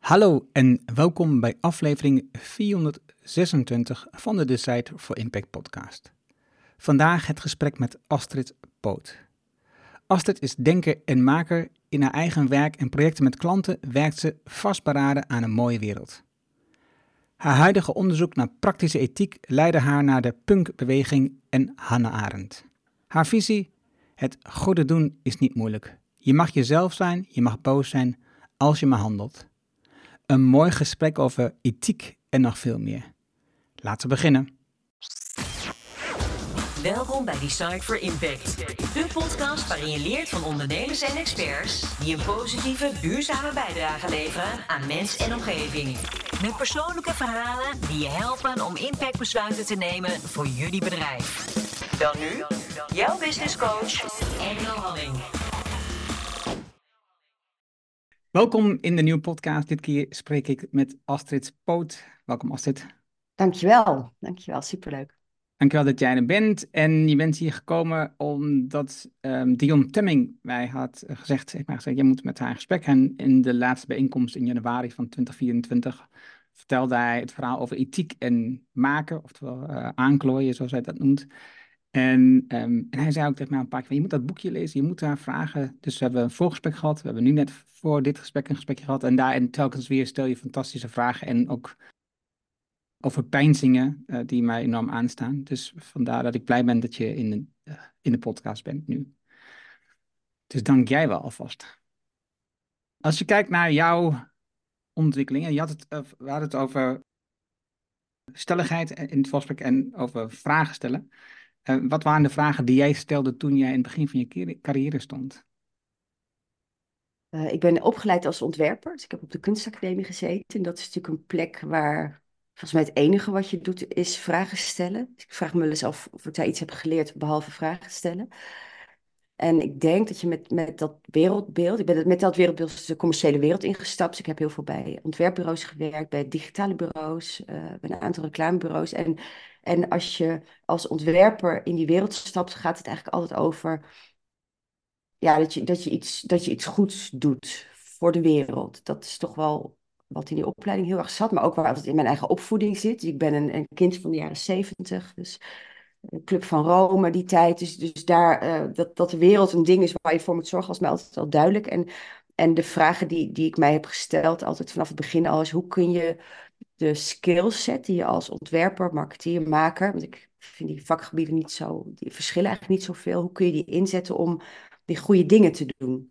Hallo en welkom bij aflevering 426 van de Decide for Impact podcast. Vandaag het gesprek met Astrid Poot. Astrid is denker en maker. In haar eigen werk en projecten met klanten werkt ze vastberaden aan een mooie wereld. Haar huidige onderzoek naar praktische ethiek leidde haar naar de punkbeweging en Hannah Arendt. Haar visie: het goede doen is niet moeilijk. Je mag jezelf zijn, je mag boos zijn, als je maar handelt. Een mooi gesprek over ethiek en nog veel meer. Laten we beginnen. Welkom bij Decide for Impact. De podcast waarin je leert van ondernemers en experts die een positieve, duurzame bijdrage leveren aan mens en omgeving. Met persoonlijke verhalen die je helpen om impactbesluiten te nemen voor jullie bedrijf. Dan nu, jouw business coach, Engel Halling. Welkom in de nieuwe podcast. Dit keer spreek ik met Astrid Poot. Welkom Astrid. Dankjewel, superleuk. Dankjewel dat jij er bent. En je bent hier gekomen omdat Dion Temming mij had gezegd, jij moet met haar in gesprek gaan. In de laatste bijeenkomst in januari van 2024 vertelde hij het verhaal over ethiek en maken, oftewel aanklooien, zoals hij dat noemt. En hij zei ook tegen mij een paar keer, je moet dat boekje lezen, je moet daar vragen. Dus we hebben een voorgesprek gehad. We hebben nu net voor dit gesprek een gesprekje gehad. En daarin telkens weer stel je fantastische vragen en ook over peinzingen die mij enorm aanstaan. Dus vandaar dat ik blij ben dat je in de podcast bent nu. Dus dank jij wel alvast. Als je kijkt naar jouw ontwikkelingen, we hadden het over stelligheid in het voorgesprek en over vragen stellen. Wat waren de vragen die jij stelde toen jij in het begin van je carrière stond? Ik ben opgeleid als ontwerper, dus ik heb op de kunstacademie gezeten. En dat is natuurlijk een plek waar, volgens mij het enige wat je doet, is vragen stellen. Dus ik vraag me wel eens af of ik daar iets heb geleerd, behalve vragen stellen. En ik denk dat je met dat wereldbeeld, ik ben met dat wereldbeeld de commerciële wereld ingestapt. Dus ik heb heel veel bij ontwerpbureaus gewerkt, bij digitale bureaus, bij een aantal reclamebureaus. En als je als ontwerper in die wereld stapt, gaat het eigenlijk altijd over dat je iets goeds doet voor de wereld. Dat is toch wel wat in die opleiding heel erg zat, maar ook waar het in mijn eigen opvoeding zit. Dus ik ben een kind van de jaren 70, dus Club van Rome, die tijd. Dus daar, dat de wereld een ding is waar je voor moet zorgen, was mij altijd wel duidelijk. En de vragen die ik mij heb gesteld, altijd vanaf het begin al, is hoe kun je de skillset die je als ontwerper, marketeer, maker, want ik vind die vakgebieden niet zo, die verschillen eigenlijk niet zoveel, hoe kun je die inzetten om die goede dingen te doen?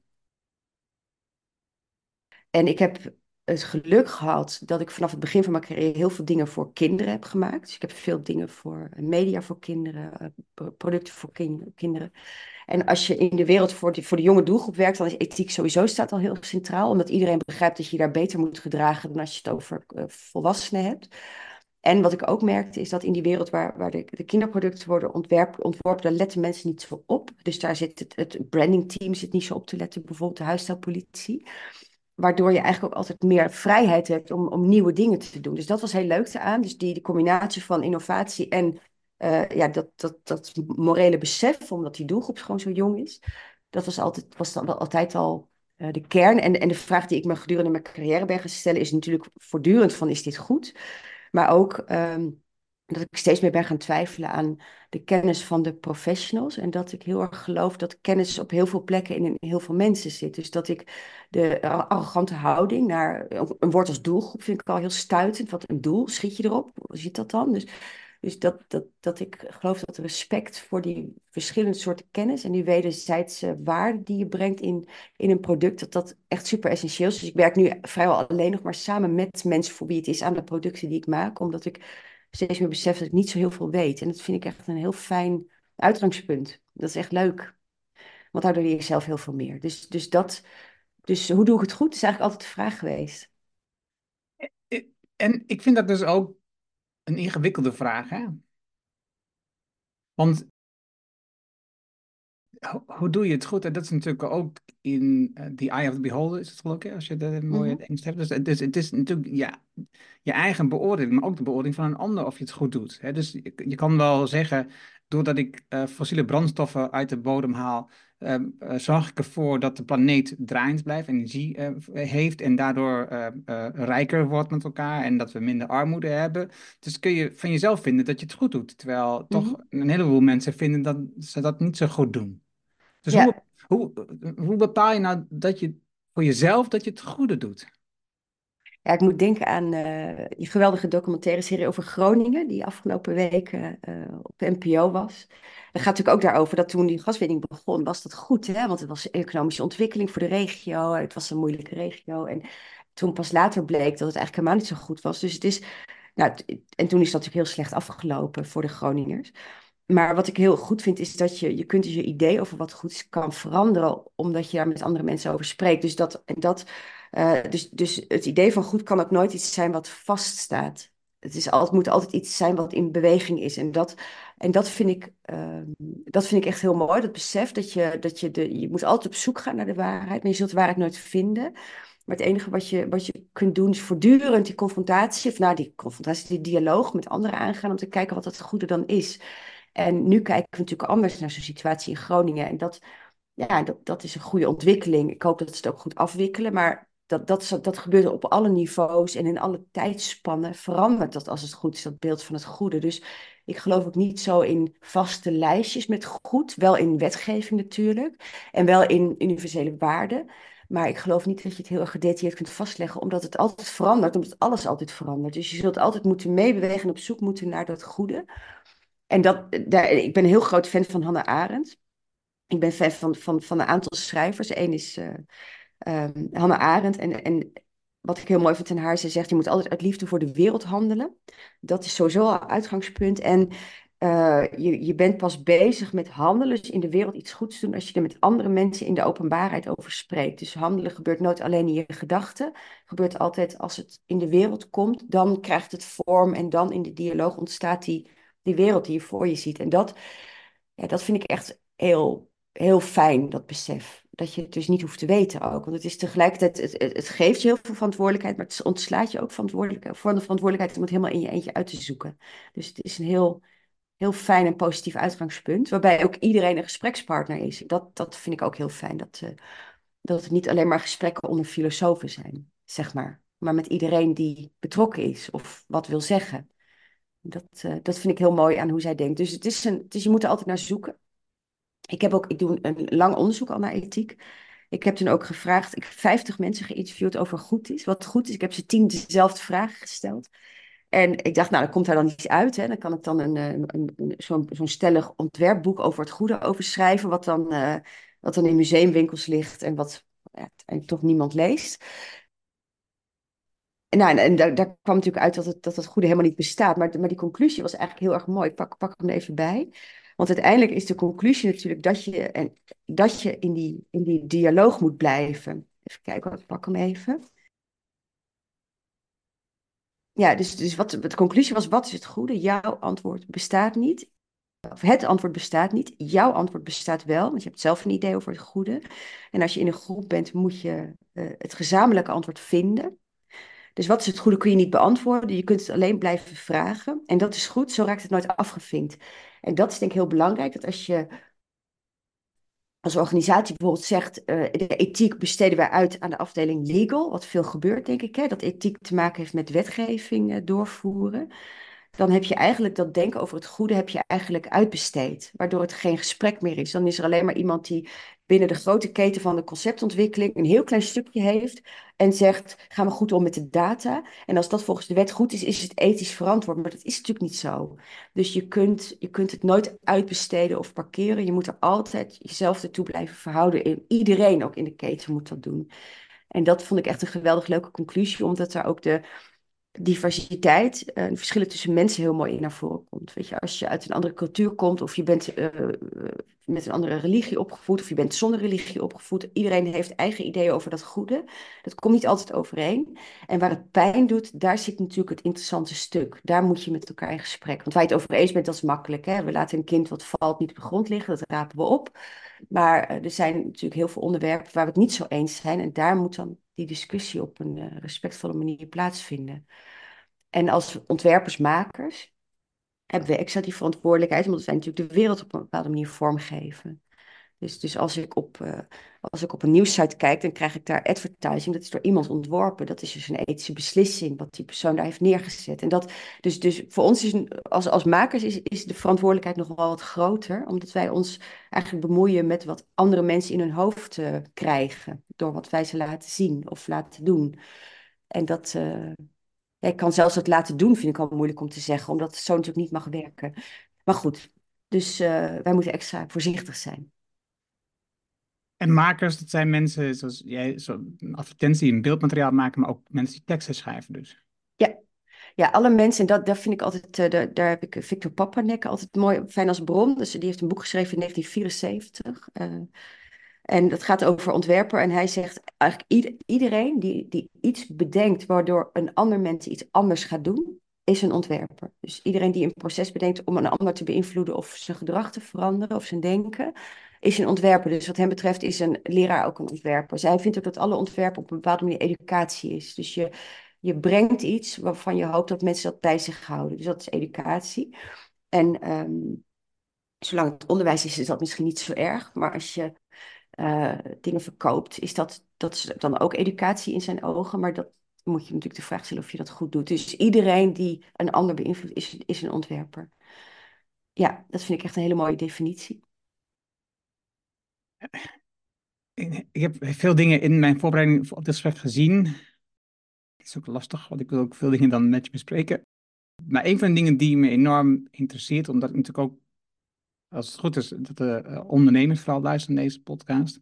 En ik heb het geluk gehad dat ik vanaf het begin van mijn carrière heel veel dingen voor kinderen heb gemaakt. Dus ik heb veel dingen voor media voor kinderen, producten voor kinderen. En als je in de wereld voor de jonge doelgroep werkt, dan is ethiek sowieso staat al heel centraal. Omdat iedereen begrijpt dat je je daar beter moet gedragen dan als je het over volwassenen hebt. En wat ik ook merkte is dat in die wereld waar de kinderproducten worden ontworpen, daar letten mensen niet zo op. Dus daar zit het brandingteam zit niet zo op te letten, bijvoorbeeld de huisstijlpolitie. Waardoor je eigenlijk ook altijd meer vrijheid hebt om nieuwe dingen te doen. Dus dat was heel leuk eraan. Dus die combinatie van innovatie en dat morele besef, omdat die doelgroep gewoon zo jong is. Dat was dan altijd al de kern. En de vraag die ik me gedurende mijn carrière ben gaan stellen is natuurlijk voortdurend van, is dit goed? Maar ook dat ik steeds meer ben gaan twijfelen aan de kennis van de professionals. En dat ik heel erg geloof dat kennis op heel veel plekken in heel veel mensen zit. Dus dat ik de arrogante houding naar een woord als doelgroep vind ik al heel stuitend. Wat een doel, schiet je erop? Hoe zit dat dan? Dus dat ik geloof dat respect voor die verschillende soorten kennis en die wederzijdse waarde die je brengt in een product, dat echt super essentieel is. Dus ik werk nu vrijwel alleen nog maar samen met mensen voor wie het is aan de producten die ik maak, omdat ik steeds meer besef dat ik niet zo heel veel weet. En dat vind ik echt een heel fijn uitgangspunt. Dat is echt leuk. Want daardoor leer je zelf heel veel meer. Dus hoe doe ik het goed? Is eigenlijk altijd de vraag geweest. En ik vind dat dus ook een ingewikkelde vraag, hè? Want hoe doe je het goed? En dat is natuurlijk ook in the eye of the beholder, is het geloof ik, als je dat mooi in het Engels hebt. Dus het is natuurlijk je eigen beoordeling, maar ook de beoordeling van een ander of je het goed doet. Hè? Dus je kan wel zeggen, doordat ik fossiele brandstoffen uit de bodem haal, zorg ik ervoor dat de planeet draaiend blijft, energie heeft en daardoor rijker wordt met elkaar en dat we minder armoede hebben. Dus kun je van jezelf vinden dat je het goed doet, terwijl toch Mhm. een heleboel mensen vinden dat ze dat niet zo goed doen. Dus Ja. hoe, hoe bepaal je nou dat je voor jezelf dat je het goede doet? Ja, ik moet denken aan die geweldige documentaire serie over Groningen, die afgelopen week op de NPO was. Dat gaat natuurlijk ook daarover dat toen die gaswinning begon, was dat goed, hè? Want het was economische ontwikkeling voor de regio. Het was een moeilijke regio. En toen pas later bleek dat het eigenlijk helemaal niet zo goed was. Dus het is, nou, en toen is dat natuurlijk heel slecht afgelopen voor de Groningers. Maar wat ik heel goed vind, is dat je kunt dus je idee over wat goed is, kan veranderen, omdat je daar met andere mensen over spreekt. Dus het idee van goed kan ook nooit iets zijn wat vaststaat. Het moet altijd iets zijn wat in beweging is. En dat vind ik echt heel mooi, dat besef je moet altijd op zoek gaan naar de waarheid, maar je zult de waarheid nooit vinden. Maar het enige wat je kunt doen is voortdurend die dialoog met anderen aangaan om te kijken wat het goede dan is. En nu kijken we natuurlijk anders naar zo'n situatie in Groningen. En dat is een goede ontwikkeling. Ik hoop dat ze het ook goed afwikkelen. Maar dat gebeurt op alle niveaus en in alle tijdspannen verandert dat als het goed is, dat beeld van het goede. Dus ik geloof ook niet zo in vaste lijstjes met goed. Wel in wetgeving natuurlijk. En wel in universele waarden. Maar ik geloof niet dat je het heel erg gedetailleerd kunt vastleggen, omdat het altijd verandert, omdat alles altijd verandert. Dus je zult altijd moeten meebewegen en op zoek moeten naar dat goede. Ik ben een heel groot fan van Hannah Arendt. Ik ben fan van een aantal schrijvers. Eén is Hannah Arendt. En wat ik heel mooi vind aan haar, ze zegt, je moet altijd uit liefde voor de wereld handelen. Dat is sowieso al uitgangspunt. En je bent pas bezig met handelen, dus in de wereld iets goeds doen, als je er met andere mensen in de openbaarheid over spreekt. Dus handelen gebeurt nooit alleen in je gedachten. Gebeurt altijd als het in de wereld komt, dan krijgt het vorm en dan in de dialoog ontstaat die wereld die je voor je ziet. En dat vind ik echt heel, heel fijn, dat besef. Dat je het dus niet hoeft te weten ook. Want het is tegelijkertijd, het geeft je heel veel verantwoordelijkheid, maar het ontslaat je ook voor de verantwoordelijkheid om het helemaal in je eentje uit te zoeken. Dus het is een heel, heel fijn en positief uitgangspunt, waarbij ook iedereen een gesprekspartner is. Dat vind ik ook heel fijn, dat het niet alleen maar gesprekken onder filosofen zijn, zeg maar met iedereen die betrokken is of wat wil zeggen. Dat vind ik heel mooi aan hoe zij denkt. Dus je moet er altijd naar zoeken. Ik doe een lang onderzoek al naar ethiek. Ik heb toen ook gevraagd, ik heb 50 mensen geïnterviewd over goed is, wat goed is. Ik heb ze 10 dezelfde vragen gesteld. En ik dacht, nou, dan komt daar dan iets uit. Hè. Dan kan ik dan zo'n stellig ontwerpboek over het goede over schrijven, wat dan in museumwinkels ligt en wat en toch niemand leest. Nou, en daar kwam natuurlijk uit dat het goede helemaal niet bestaat. Maar die conclusie was eigenlijk heel erg mooi. Ik pak hem er even bij. Want uiteindelijk is de conclusie natuurlijk dat je in die dialoog moet blijven. Even kijken, ik pak hem even. Ja, dus de conclusie was, wat is het goede? Jouw antwoord bestaat niet. Of het antwoord bestaat niet. Jouw antwoord bestaat wel, want je hebt zelf een idee over het goede. En als je in een groep bent, moet je het gezamenlijke antwoord vinden. Dus wat is het goede kun je niet beantwoorden. Je kunt het alleen blijven vragen. En dat is goed, zo raakt het nooit afgevinkt. En dat is denk ik heel belangrijk, dat als je als organisatie bijvoorbeeld zegt, de ethiek besteden wij uit aan de afdeling legal, wat veel gebeurt denk ik, hè, dat ethiek te maken heeft met wetgeving doorvoeren. Dan heb je eigenlijk dat denken over het goede heb je eigenlijk uitbesteed, waardoor het geen gesprek meer is. Dan is er alleen maar iemand die binnen de grote keten van de conceptontwikkeling een heel klein stukje heeft en zegt, gaan we goed om met de data? En als dat volgens de wet goed is, is het ethisch verantwoord. Maar dat is natuurlijk niet zo. Dus je kunt het nooit uitbesteden of parkeren. Je moet er altijd jezelf ertoe blijven verhouden. En iedereen ook in de keten moet dat doen. En dat vond ik echt een geweldig leuke conclusie, omdat daar ook de diversiteit, de verschillen tussen mensen heel mooi in naar voren komt. Weet je, als je uit een andere cultuur komt, of je bent met een andere religie opgevoed, of je bent zonder religie opgevoed, iedereen heeft eigen ideeën over dat goede. Dat komt niet altijd overeen. En waar het pijn doet, daar zit natuurlijk het interessante stuk. Daar moet je met elkaar in gesprek. Want waar je het over eens bent, dat is makkelijk. Hè? We laten een kind wat valt niet op de grond liggen, dat rapen we op. Maar er zijn natuurlijk heel veel onderwerpen waar we het niet zo eens zijn. En daar moet dan die discussie op een respectvolle manier plaatsvinden. En als ontwerpers, makers, hebben we extra die verantwoordelijkheid, omdat wij natuurlijk de wereld op een bepaalde manier vormgeven. Dus als ik op een nieuwssite kijk, dan krijg ik daar advertising. Dat is door iemand ontworpen. Dat is dus een ethische beslissing wat die persoon daar heeft neergezet. En dus voor ons als makers is de verantwoordelijkheid nog wel wat groter. Omdat wij ons eigenlijk bemoeien met wat andere mensen in hun hoofd krijgen. Door wat wij ze laten zien of laten doen. En ja, ik kan zelfs het laten doen, vind ik al moeilijk om te zeggen. Omdat het zo natuurlijk niet mag werken. Maar goed, dus wij moeten extra voorzichtig zijn. En makers, dat zijn mensen zoals jij, zo een advertentie, een beeldmateriaal maken, maar ook mensen die teksten schrijven dus. Ja, ja, alle mensen, en dat vind ik altijd, daar heb ik Victor Papanek altijd mooi fijn als bron. Dus die heeft een boek geschreven in 1974. En dat gaat over ontwerper. En hij zegt eigenlijk iedereen die iets bedenkt waardoor een ander mens iets anders gaat doen, is een ontwerper. Dus iedereen die een proces bedenkt om een ander te beïnvloeden of zijn gedrag te veranderen of zijn denken, is een ontwerper. Dus wat hem betreft is een leraar ook een ontwerper. Zij vindt ook dat alle ontwerpen op een bepaalde manier educatie is. Dus je brengt iets waarvan je hoopt dat mensen dat bij zich houden. Dus dat is educatie. En zolang het onderwijs is dat misschien niet zo erg. Maar als je dingen verkoopt, dat is dan ook educatie in zijn ogen. Maar dat moet je natuurlijk de vraag stellen of je dat goed doet. Dus iedereen die een ander beïnvloedt, is een ontwerper. Ja, dat vind ik echt een hele mooie definitie. Ik heb veel dingen in mijn voorbereiding op dit gesprek gezien. Het is ook lastig, want ik wil ook veel dingen dan met je bespreken. Maar een van de dingen die me enorm interesseert, omdat ik natuurlijk ook, als het goed is, dat de ondernemers vooral luisteren naar deze podcast.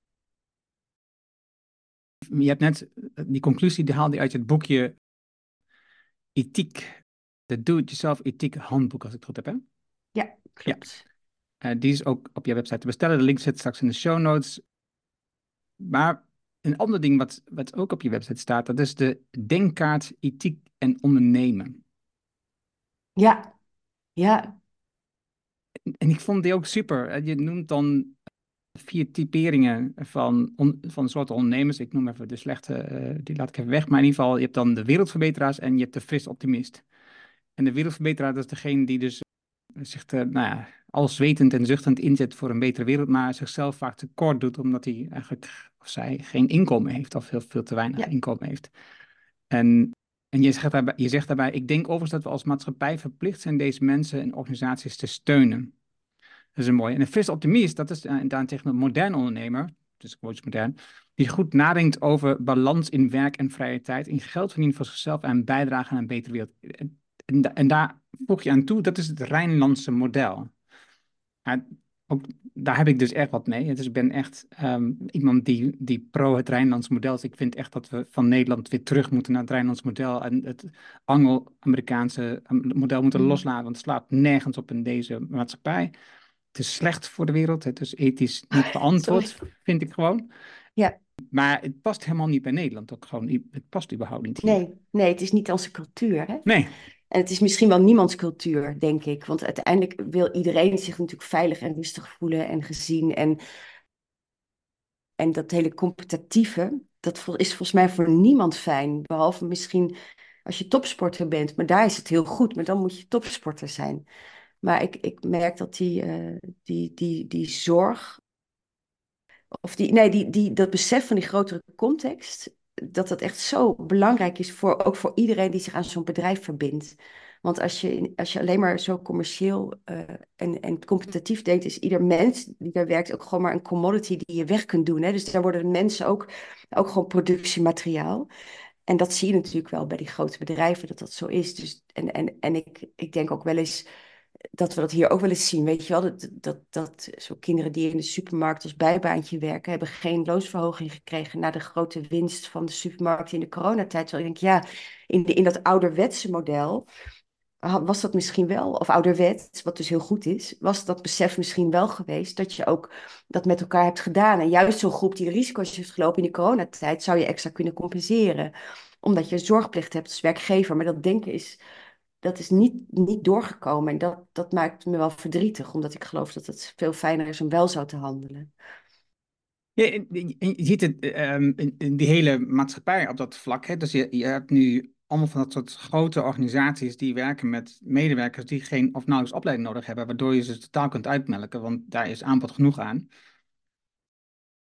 Je hebt net die conclusie, die haalde je uit het boekje Ethiek, de Do-it-yourself ethiek handboek, als ik het goed heb, hè? Ja, Ja, klopt. die is ook op je website te bestellen. De link zit straks in de show notes. Maar een ander ding wat ook op je website staat, dat is de denkkaart ethiek en ondernemen. Ja, ja, En ik vond die ook super. Je noemt dan 4 typeringen van soorten ondernemers. Ik noem even de slechte, die laat ik even weg. Maar in ieder geval, je hebt dan de wereldverbeteraars en je hebt de fris optimist. En de wereldverbeteraar, dat is degene die dus zich nou ja, alswetend en zuchtend inzet voor een betere wereld, maar zichzelf vaak tekort doet, omdat hij eigenlijk, of zij, geen inkomen heeft of veel te weinig ja, inkomen heeft. En je zegt daarbij, ik denk overigens dat we als maatschappij verplicht zijn deze mensen en organisaties te steunen. Dat is een mooie. En een frisse optimist, dat is daarentegen een modern ondernemer, dus quotes modern, die goed nadenkt over balans in werk en vrije tijd, in geld verdienen voor zichzelf en bijdragen aan een betere wereld. En daar voeg je aan toe, dat is het Rijnlandse model. Ja, ook, daar heb ik dus echt wat mee. Dus ik ben echt iemand die pro het Rijnlands model is. Ik vind echt dat we van Nederland weer terug moeten naar het Rijnlands model en het Anglo-Amerikaanse model moeten mm, loslaten, want het slaat nergens op in deze maatschappij. Het is slecht voor de wereld, het is ethisch niet sorry. verantwoord, vind ik gewoon. Ja, Maar het past helemaal niet bij Nederland, ook gewoon, het past überhaupt niet hier. nee, het is niet onze cultuur, hè? Nee, En het is misschien wel niemands cultuur, denk ik. Want uiteindelijk wil iedereen zich natuurlijk veilig en rustig voelen en gezien. En dat hele competitieve, is volgens mij voor niemand fijn. Behalve misschien als je topsporter bent. Maar daar is het heel goed. Maar dan moet je topsporter zijn. Maar ik merk dat die zorg, of dat besef van die grotere context, dat dat echt zo belangrijk is ook voor iedereen die zich aan zo'n bedrijf verbindt. Want als je alleen maar zo commercieel en competitief denkt, is ieder mens die daar werkt ook gewoon maar een commodity die je weg kunt doen. Hè? Dus daar worden de mensen ook gewoon productiemateriaal. En dat zie je natuurlijk wel bij die grote bedrijven, dat dat zo is. Dus, en ik denk ook wel eens dat we dat hier ook wel eens zien. Weet je wel, dat zo kinderen die in de supermarkt als bijbaantje werken, hebben geen loonsverhoging gekregen na de grote winst van de supermarkt in de coronatijd. Terwijl ik denk, ja, in dat ouderwetse model was dat misschien wel, of ouderwets, wat dus heel goed is, was dat besef misschien wel geweest dat je ook dat met elkaar hebt gedaan. En juist zo'n groep die de risico's heeft gelopen in de coronatijd, zou je extra kunnen compenseren. Omdat je een zorgplicht hebt als werkgever. Maar dat denken dat is niet doorgekomen. En dat maakt me wel verdrietig, omdat ik geloof dat het veel fijner is om wel zo te handelen. ja, en je ziet het in die hele maatschappij op dat vlak. Hè? Dus je hebt nu allemaal van dat soort grote organisaties die werken met medewerkers die geen of nauwelijks opleiding nodig hebben, waardoor je ze totaal kunt uitmelken, want daar is aanbod genoeg aan.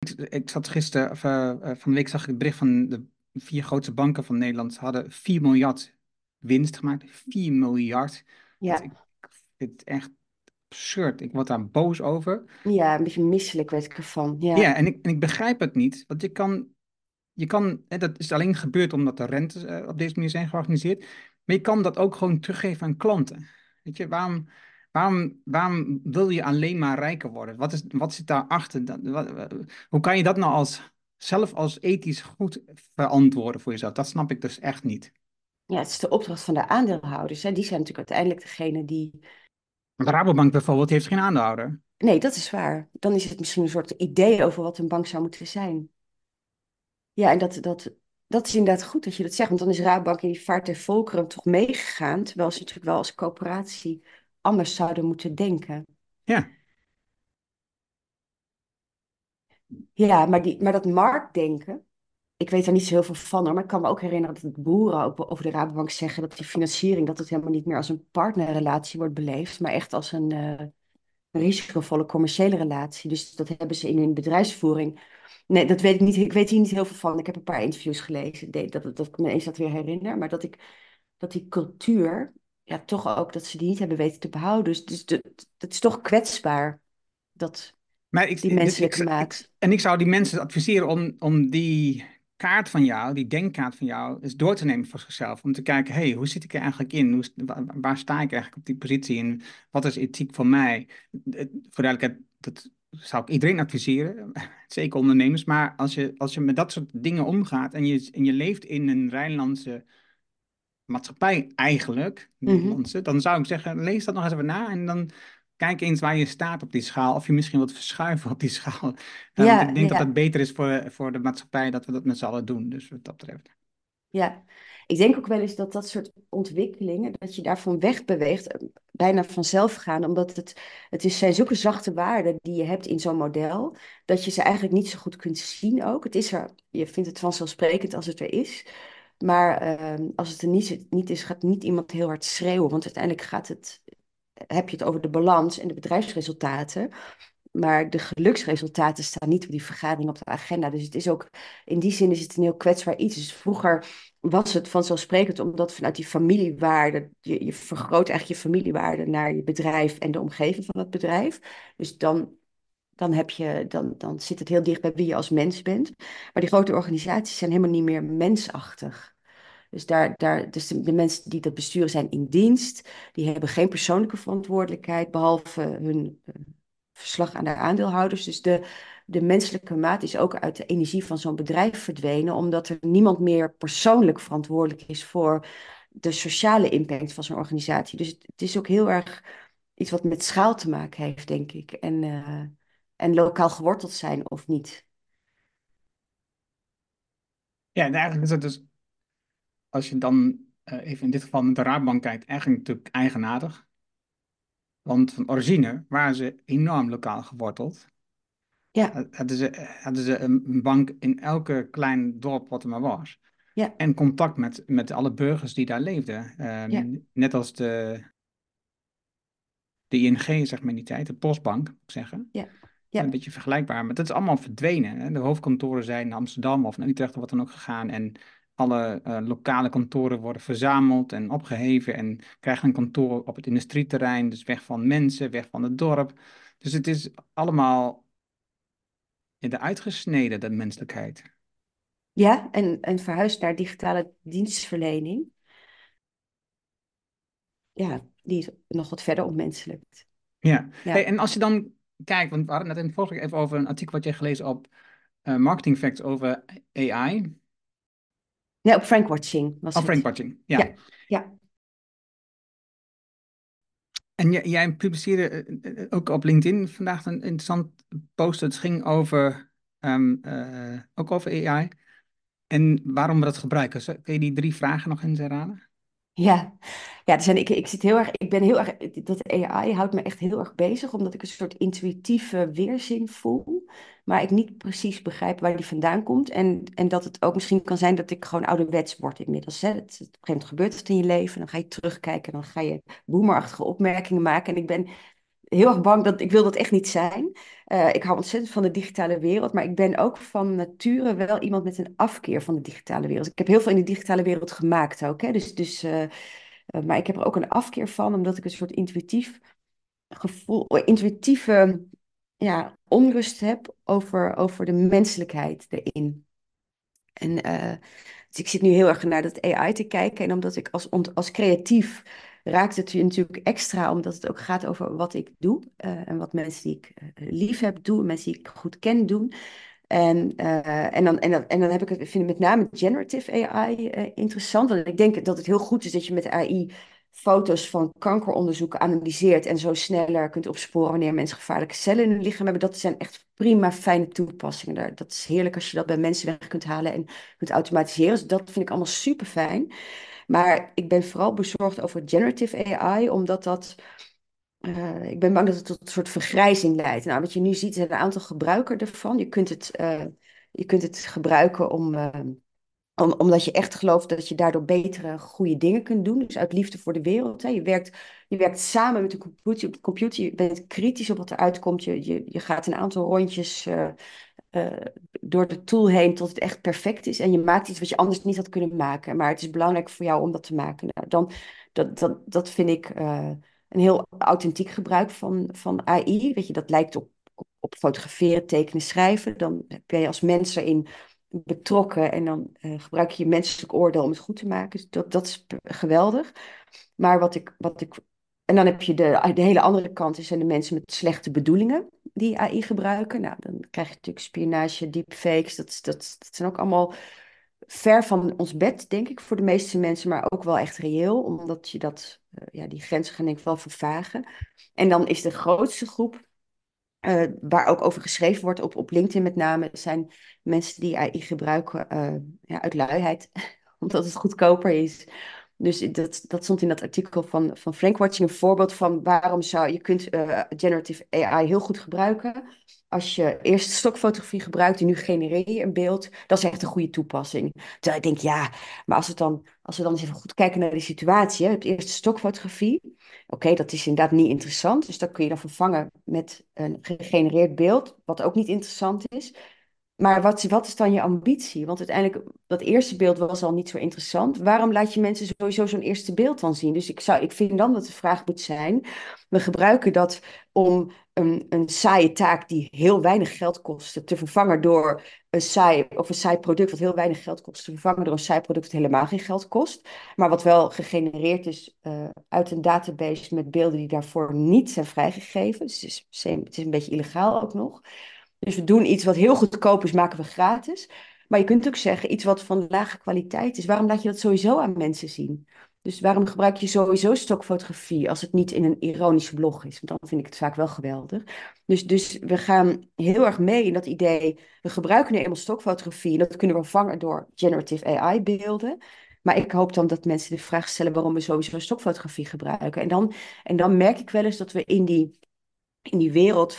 Ik zat gisteren, van de week zag ik het bericht van de 4 grootste banken van Nederland hadden 4 miljard winst gemaakt. 4 miljard. Ik Ja, vind het echt absurd. Ik word daar boos over. ja, een beetje misselijk werd ik ervan. Ja, Ja, en ik begrijp het niet. Want je kan, dat is alleen gebeurd omdat de rentes op deze manier zijn georganiseerd. Maar je kan dat ook gewoon teruggeven aan klanten. Weet je, waarom wil je alleen maar rijker worden? Wat zit daarachter? Hoe kan je dat nou zelf als ethisch goed verantwoorden voor jezelf? Dat snap ik dus echt niet. ja, het is de opdracht van de aandeelhouders. Hè. Die zijn natuurlijk uiteindelijk degene die. Want de Rabobank bijvoorbeeld die heeft geen aandeelhouder. Nee, dat is waar. Dan is het misschien een soort idee over wat een bank zou moeten zijn. Ja, en dat is inderdaad goed dat je dat zegt. Want dan is Rabobank in die vaart der volkeren toch meegegaan. Terwijl ze natuurlijk wel als coöperatie anders zouden moeten denken. Ja, Ja, maar dat marktdenken. Ik weet daar niet zo heel veel van hoor, maar ik kan me ook herinneren dat de boeren ook over de Rabobank zeggen dat die financiering, dat het helemaal niet meer als een partnerrelatie wordt beleefd, maar echt als een risicovolle commerciële relatie. Dus dat hebben ze in hun bedrijfsvoering. Nee, dat weet ik niet. Ik weet hier niet heel veel van. Ik heb een paar interviews gelezen, dat ik me eens dat weer herinner, maar dat die cultuur, ja, toch ook dat ze die niet hebben weten te behouden. Dus dat is toch kwetsbaar, dat, maar die menselijke maat. ik zou die mensen adviseren om die kaart van jou, die denkkaart van jou, eens door te nemen voor zichzelf. Om te kijken, hey, hoe zit ik er eigenlijk in? Waar sta ik eigenlijk op die positie? En wat is ethiek voor mij? Voor duidelijkheid, dat zou ik iedereen adviseren, zeker ondernemers. Maar als je met dat soort dingen omgaat en je leeft in een Rijnlandse maatschappij eigenlijk, Mhm. Nederlandse, dan zou ik zeggen, lees dat nog eens even na en dan kijk eens waar je staat op die schaal, of je misschien wilt verschuiven op die schaal. Want Ja, ik denk dat het ja. beter is voor de maatschappij dat we dat met z'n allen doen, dus wat dat betreft. Ja, ik denk ook wel eens dat dat soort ontwikkelingen, dat je daarvan wegbeweegt, bijna vanzelf gaan, omdat zijn zulke zachte waarden die je hebt in zo'n model, dat je ze eigenlijk niet zo goed kunt zien ook. Het is er, je vindt het vanzelfsprekend als het er is, maar als het er niet is, gaat niet iemand heel hard schreeuwen, want uiteindelijk heb je het over de balans en de bedrijfsresultaten. Maar de geluksresultaten staan niet op die vergadering op de agenda. Dus het is ook, in die zin is het een heel kwetsbaar iets. Dus vroeger was het vanzelfsprekend, omdat vanuit die familiewaarde, je vergroot eigenlijk je familiewaarde naar je bedrijf en de omgeving van dat bedrijf. Dus dan zit het heel dicht bij wie je als mens bent. Maar die grote organisaties zijn helemaal niet meer mensachtig. Dus, dus de mensen die dat besturen zijn in dienst. Die hebben geen persoonlijke verantwoordelijkheid, behalve hun verslag aan de aandeelhouders. Dus de menselijke maat is ook uit de energie van zo'n bedrijf verdwenen, omdat er niemand meer persoonlijk verantwoordelijk is voor de sociale impact van zo'n organisatie. Dus het is ook heel erg iets wat met schaal te maken heeft, denk ik. En lokaal geworteld zijn of niet. Ja, en eigenlijk is het dus, als je dan even in dit geval met de Raadbank kijkt, eigenlijk natuurlijk eigenaardig. Want van origine waren ze enorm lokaal geworteld. Ja, Hadden ze een bank in elke klein dorp wat er maar was. ja, En contact met alle burgers die daar leefden. ja, Net als de ING, zeg maar in die tijd, de Postbank, moet ik zeggen. ja, Een ja, beetje vergelijkbaar, maar dat is allemaal verdwenen. Hè? De hoofdkantoren zijn naar Amsterdam of naar Utrecht of wat dan ook gegaan. En alle lokale kantoren worden verzameld en opgeheven. En krijgen een kantoor op het industrieterrein. Dus weg van mensen, weg van het dorp. Dus het is allemaal in de uitgesneden, de menselijkheid. ja. En verhuisd naar digitale dienstverlening. Ja, die is nog wat verder ontmenselijkt. Ja, hey, Ja. en als je dan kijkt, want we hadden het net in het vorige even over een artikel wat je gelezen op Marketing Facts over AI. Nee, op Frankwatching was Of het. brainwashing, ja. Ja, ja, En jij publiceerde ook op LinkedIn vandaag een interessant post. Het ging ook over AI. En waarom we dat gebruiken. Kun je die 3 vragen nog eens herhalen? ja. Ja, ik zit heel erg, ik ben heel erg, dat AI houdt me echt heel erg bezig, omdat ik een soort intuïtieve weerzin voel, maar ik niet precies begrijp waar die vandaan komt. En dat het ook misschien kan zijn dat ik gewoon ouderwets word inmiddels. Hè. Op een gegeven moment gebeurt het in je leven, dan ga je terugkijken, dan ga je boomerachtige opmerkingen maken. En heel erg bang dat ik wil dat echt niet zijn. Ik hou ontzettend van de digitale wereld, maar ik ben ook van nature wel iemand met een afkeer van de digitale wereld. Ik heb heel veel in de digitale wereld gemaakt ook, hè. Maar ik heb er ook een afkeer van, omdat ik een soort intuïtieve onrust heb over de menselijkheid erin. En dus ik zit nu heel erg naar dat AI te kijken. En omdat ik als creatief raakt het je natuurlijk extra, omdat het ook gaat over wat ik doe. En wat mensen die ik lief heb doen, mensen die ik goed ken doen. En dan heb ik het, vind ik met name generative AI interessant. Want ik denk dat het heel goed is dat je met AI foto's van kankeronderzoeken analyseert en zo sneller kunt opsporen wanneer mensen gevaarlijke cellen in hun lichaam hebben. Dat zijn echt prima fijne toepassingen daar. Dat is heerlijk als je dat bij mensen weg kunt halen en kunt automatiseren. Dus dat vind ik allemaal super fijn. Maar ik ben vooral bezorgd over generative AI, omdat ik ben bang dat het tot een soort vergrijzing leidt. Nou, wat je nu ziet, zijn een aantal gebruikers ervan. Je kunt het gebruiken omdat je echt gelooft dat je daardoor betere, goede dingen kunt doen. Dus uit liefde voor de wereld. Hè. Je werkt samen met de computer. Je bent kritisch op wat eruit komt. Je gaat een aantal rondjes eh, door de tool heen tot het echt perfect is. En je maakt iets wat je anders niet had kunnen maken. Maar het is belangrijk voor jou om dat te maken. Nou, dat vind ik een heel authentiek gebruik van AI. Weet je, dat lijkt op fotograferen, tekenen, schrijven. Dan ben je als mens erin betrokken en dan gebruik je je menselijk oordeel om het goed te maken. Dus dat is geweldig. Maar en dan heb je de hele andere kant, zijn de mensen met slechte bedoelingen die AI gebruiken. Nou, dan krijg je natuurlijk spionage, deepfakes. Dat zijn ook allemaal ver van ons bed, denk ik, voor de meeste mensen, maar ook wel echt reëel, omdat die grenzen gaan denk ik wel vervagen. En dan is de grootste groep waar ook over geschreven wordt, op LinkedIn met name, zijn mensen die AI gebruiken uit luiheid, omdat het goedkoper is. Dus dat stond in dat artikel van Frank Watching, een voorbeeld van waarom je kunt generative AI heel goed gebruiken. Als je eerst stokfotografie gebruikt en nu genereer je een beeld, dat is echt een goede toepassing. Terwijl ik denk, ja, maar als we dan eens even goed kijken naar de situatie, hè, je hebt eerst stokfotografie. Oké, dat is inderdaad niet interessant. Dus dat kun je dan vervangen met een gegenereerd beeld, wat ook niet interessant is. Maar wat is dan je ambitie? Want uiteindelijk, dat eerste beeld was al niet zo interessant. Waarom laat je mensen sowieso zo'n eerste beeld dan zien? Dus ik vind dan dat de vraag moet zijn, we gebruiken dat om een saaie taak die heel weinig geld kost, te vervangen door een saai product wat heel weinig geld kost, te vervangen door een saai product dat helemaal geen geld kost. Maar wat wel gegenereerd is uit een database met beelden die daarvoor niet zijn vrijgegeven. Dus het is een beetje illegaal ook nog. Dus we doen iets wat heel goedkoop is, maken we gratis. Maar je kunt ook zeggen, iets wat van lage kwaliteit is. Waarom laat je dat sowieso aan mensen zien? Dus waarom gebruik je sowieso stokfotografie als het niet in een ironische blog is? Want dan vind ik het vaak wel geweldig. Dus we gaan heel erg mee in dat idee. We gebruiken nu eenmaal stokfotografie. En dat kunnen we vervangen door generative AI-beelden. Maar ik hoop dan dat mensen de vraag stellen waarom we sowieso stokfotografie gebruiken. En dan merk ik wel eens dat we in die wereld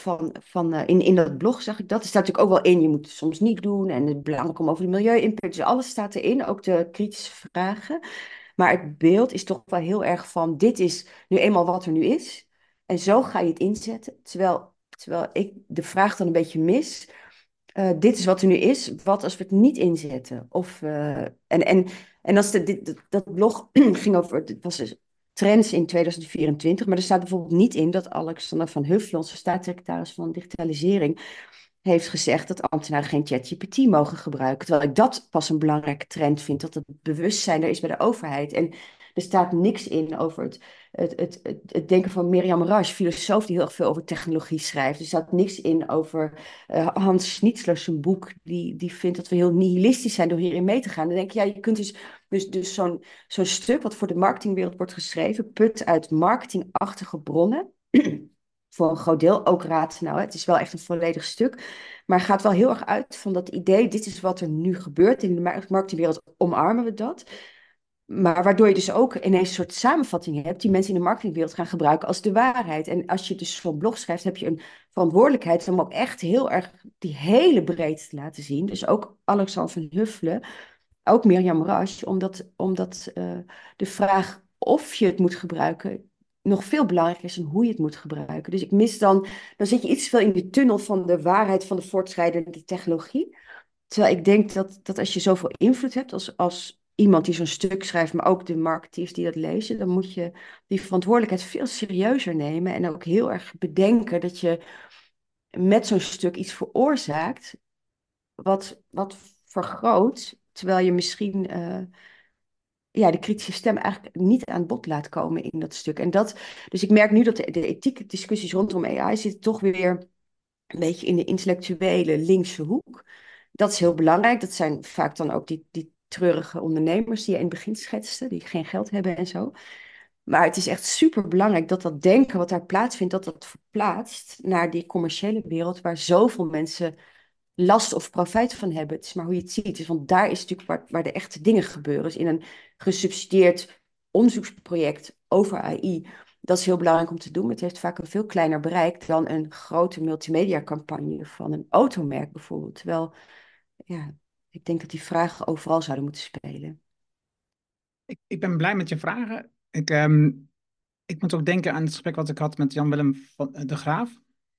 in dat blog zag ik dat. Er staat natuurlijk ook wel in, je moet het soms niet doen. En het is belangrijk om over de milieu-impact. Dus alles staat erin, ook de kritische vragen. Maar het beeld is toch wel heel erg van, dit is nu eenmaal wat er nu is. En zo ga je het inzetten. Terwijl ik de vraag dan een beetje mis. Dit is wat er nu is. Wat als we het niet inzetten? En als dat blog ging over, het was dus trends in 2024, maar er staat bijvoorbeeld niet in dat Alexander van Huffelen, onze staatssecretaris van Digitalisering, heeft gezegd dat ambtenaren geen ChatGPT mogen gebruiken. Terwijl ik dat pas een belangrijke trend vind, dat het bewustzijn er is bij de overheid. En er staat niks in over het denken van Mirjam Rasch, filosoof die heel erg veel over technologie schrijft. Er staat niks in over Hans Schnitzler, zijn boek, die vindt dat we heel nihilistisch zijn door hierin mee te gaan. Dan denk ik, ja, je kunt dus zo'n stuk wat voor de marketingwereld wordt geschreven, put uit marketingachtige bronnen. Voor een groot deel ook Rathenau. Het is wel echt een volledig stuk. Maar gaat wel heel erg uit van dat idee. Dit is wat er nu gebeurt. In de marketingwereld omarmen we dat. Maar waardoor je dus ook ineens een soort samenvatting hebt die mensen in de marketingwereld gaan gebruiken als de waarheid. En als je dus zo'n blog schrijft, heb je een verantwoordelijkheid om ook echt heel erg die hele breedte te laten zien. Dus ook Alexander van Huffelen, ook Mirjam Rasch, omdat de vraag of je het moet gebruiken nog veel belangrijker is dan hoe je het moet gebruiken. Dus ik mis dan zit je iets te veel in de tunnel van de waarheid van de voortschrijdende technologie. Terwijl ik denk dat als je zoveel invloed hebt als iemand die zo'n stuk schrijft, maar ook de marketeers die dat lezen, dan moet je die verantwoordelijkheid veel serieuzer nemen en ook heel erg bedenken dat je met zo'n stuk iets veroorzaakt wat vergroot, terwijl je misschien de kritische stem eigenlijk niet aan bod laat komen in dat stuk. Dus ik merk nu dat de ethieke discussies rondom AI zitten toch weer een beetje in de intellectuele linkse hoek. Dat is heel belangrijk. Dat zijn vaak dan ook die treurige ondernemers die je in het begin schetste, die geen geld hebben en zo. Maar het is echt super belangrijk dat dat denken wat daar plaatsvindt, dat dat verplaatst naar die commerciële wereld waar zoveel mensen last of profijt van hebben. Het is maar hoe je het ziet. Dus, want daar is natuurlijk waar de echte dingen gebeuren. Dus in een gesubsidieerd onderzoeksproject over AI. Dat is heel belangrijk om te doen. Het heeft vaak een veel kleiner bereik dan een grote multimedia-campagne van een automerk bijvoorbeeld. Terwijl, ja, ik denk dat die vragen overal zouden moeten spelen. Ik ben blij met je vragen. Ik moet ook denken aan het gesprek wat ik had met Jan-Willem van de Graaf.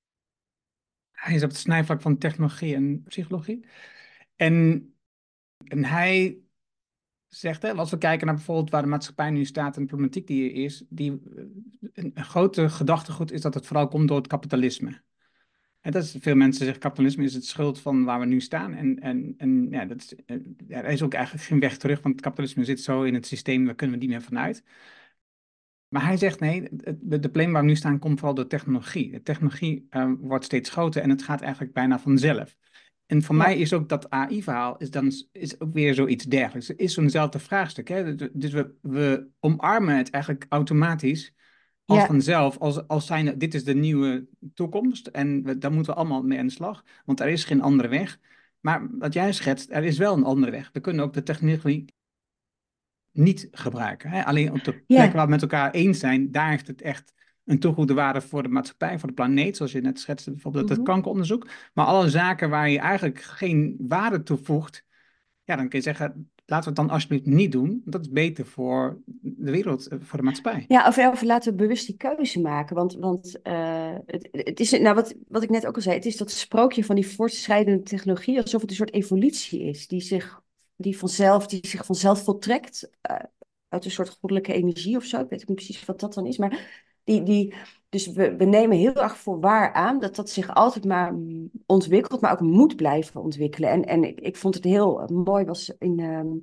Hij is op het snijvlak van technologie en psychologie. En, en hij zegt, hè, als we kijken naar bijvoorbeeld waar de maatschappij nu staat en de problematiek die er is, een grote gedachtegoed is dat het vooral komt door het kapitalisme. En dat is, veel mensen zeggen, kapitalisme is het schuld van waar we nu staan. En ja, er is ook eigenlijk geen weg terug, want het kapitalisme zit zo in het systeem, daar kunnen we niet meer vanuit. Maar hij zegt nee, de probleem waar we nu staan komt vooral door technologie. De technologie wordt steeds groter en het gaat eigenlijk bijna vanzelf. En voor mij Ja, is ook dat AI-verhaal is ook weer zoiets dergelijks. Het is zo'nzelfde vraagstuk. Hè? Dus we omarmen het eigenlijk automatisch als ja, vanzelf, als zijn dit is de nieuwe toekomst en daar moeten we allemaal mee aan de slag, want er is geen andere weg. Maar wat jij schetst, er is wel een andere weg. We kunnen ook de technologie niet gebruiken. Hè? Alleen op de plekken ja, waar we met elkaar eens zijn, daar heeft het echt een toegevoegde waarde voor de maatschappij, voor de planeet, zoals je net schetste, bijvoorbeeld het mhm. kankeronderzoek. Maar alle zaken waar je eigenlijk geen waarde toevoegt, ja, dan kun je zeggen, laten we het dan alsjeblieft niet doen. Want dat is beter voor de wereld, voor de maatschappij. Ja, of laten we bewust die keuze maken. Want het is, nou wat ik net ook al zei, het is dat sprookje van die voortschrijdende technologie, alsof het een soort evolutie is, die zich vanzelf voltrekt, uit een soort goddelijke energie of zo. Ik weet ook niet precies wat dat dan is, maar dus we nemen heel erg voor waar aan dat dat zich altijd maar ontwikkelt, maar ook moet blijven ontwikkelen. En ik vond het heel mooi, was in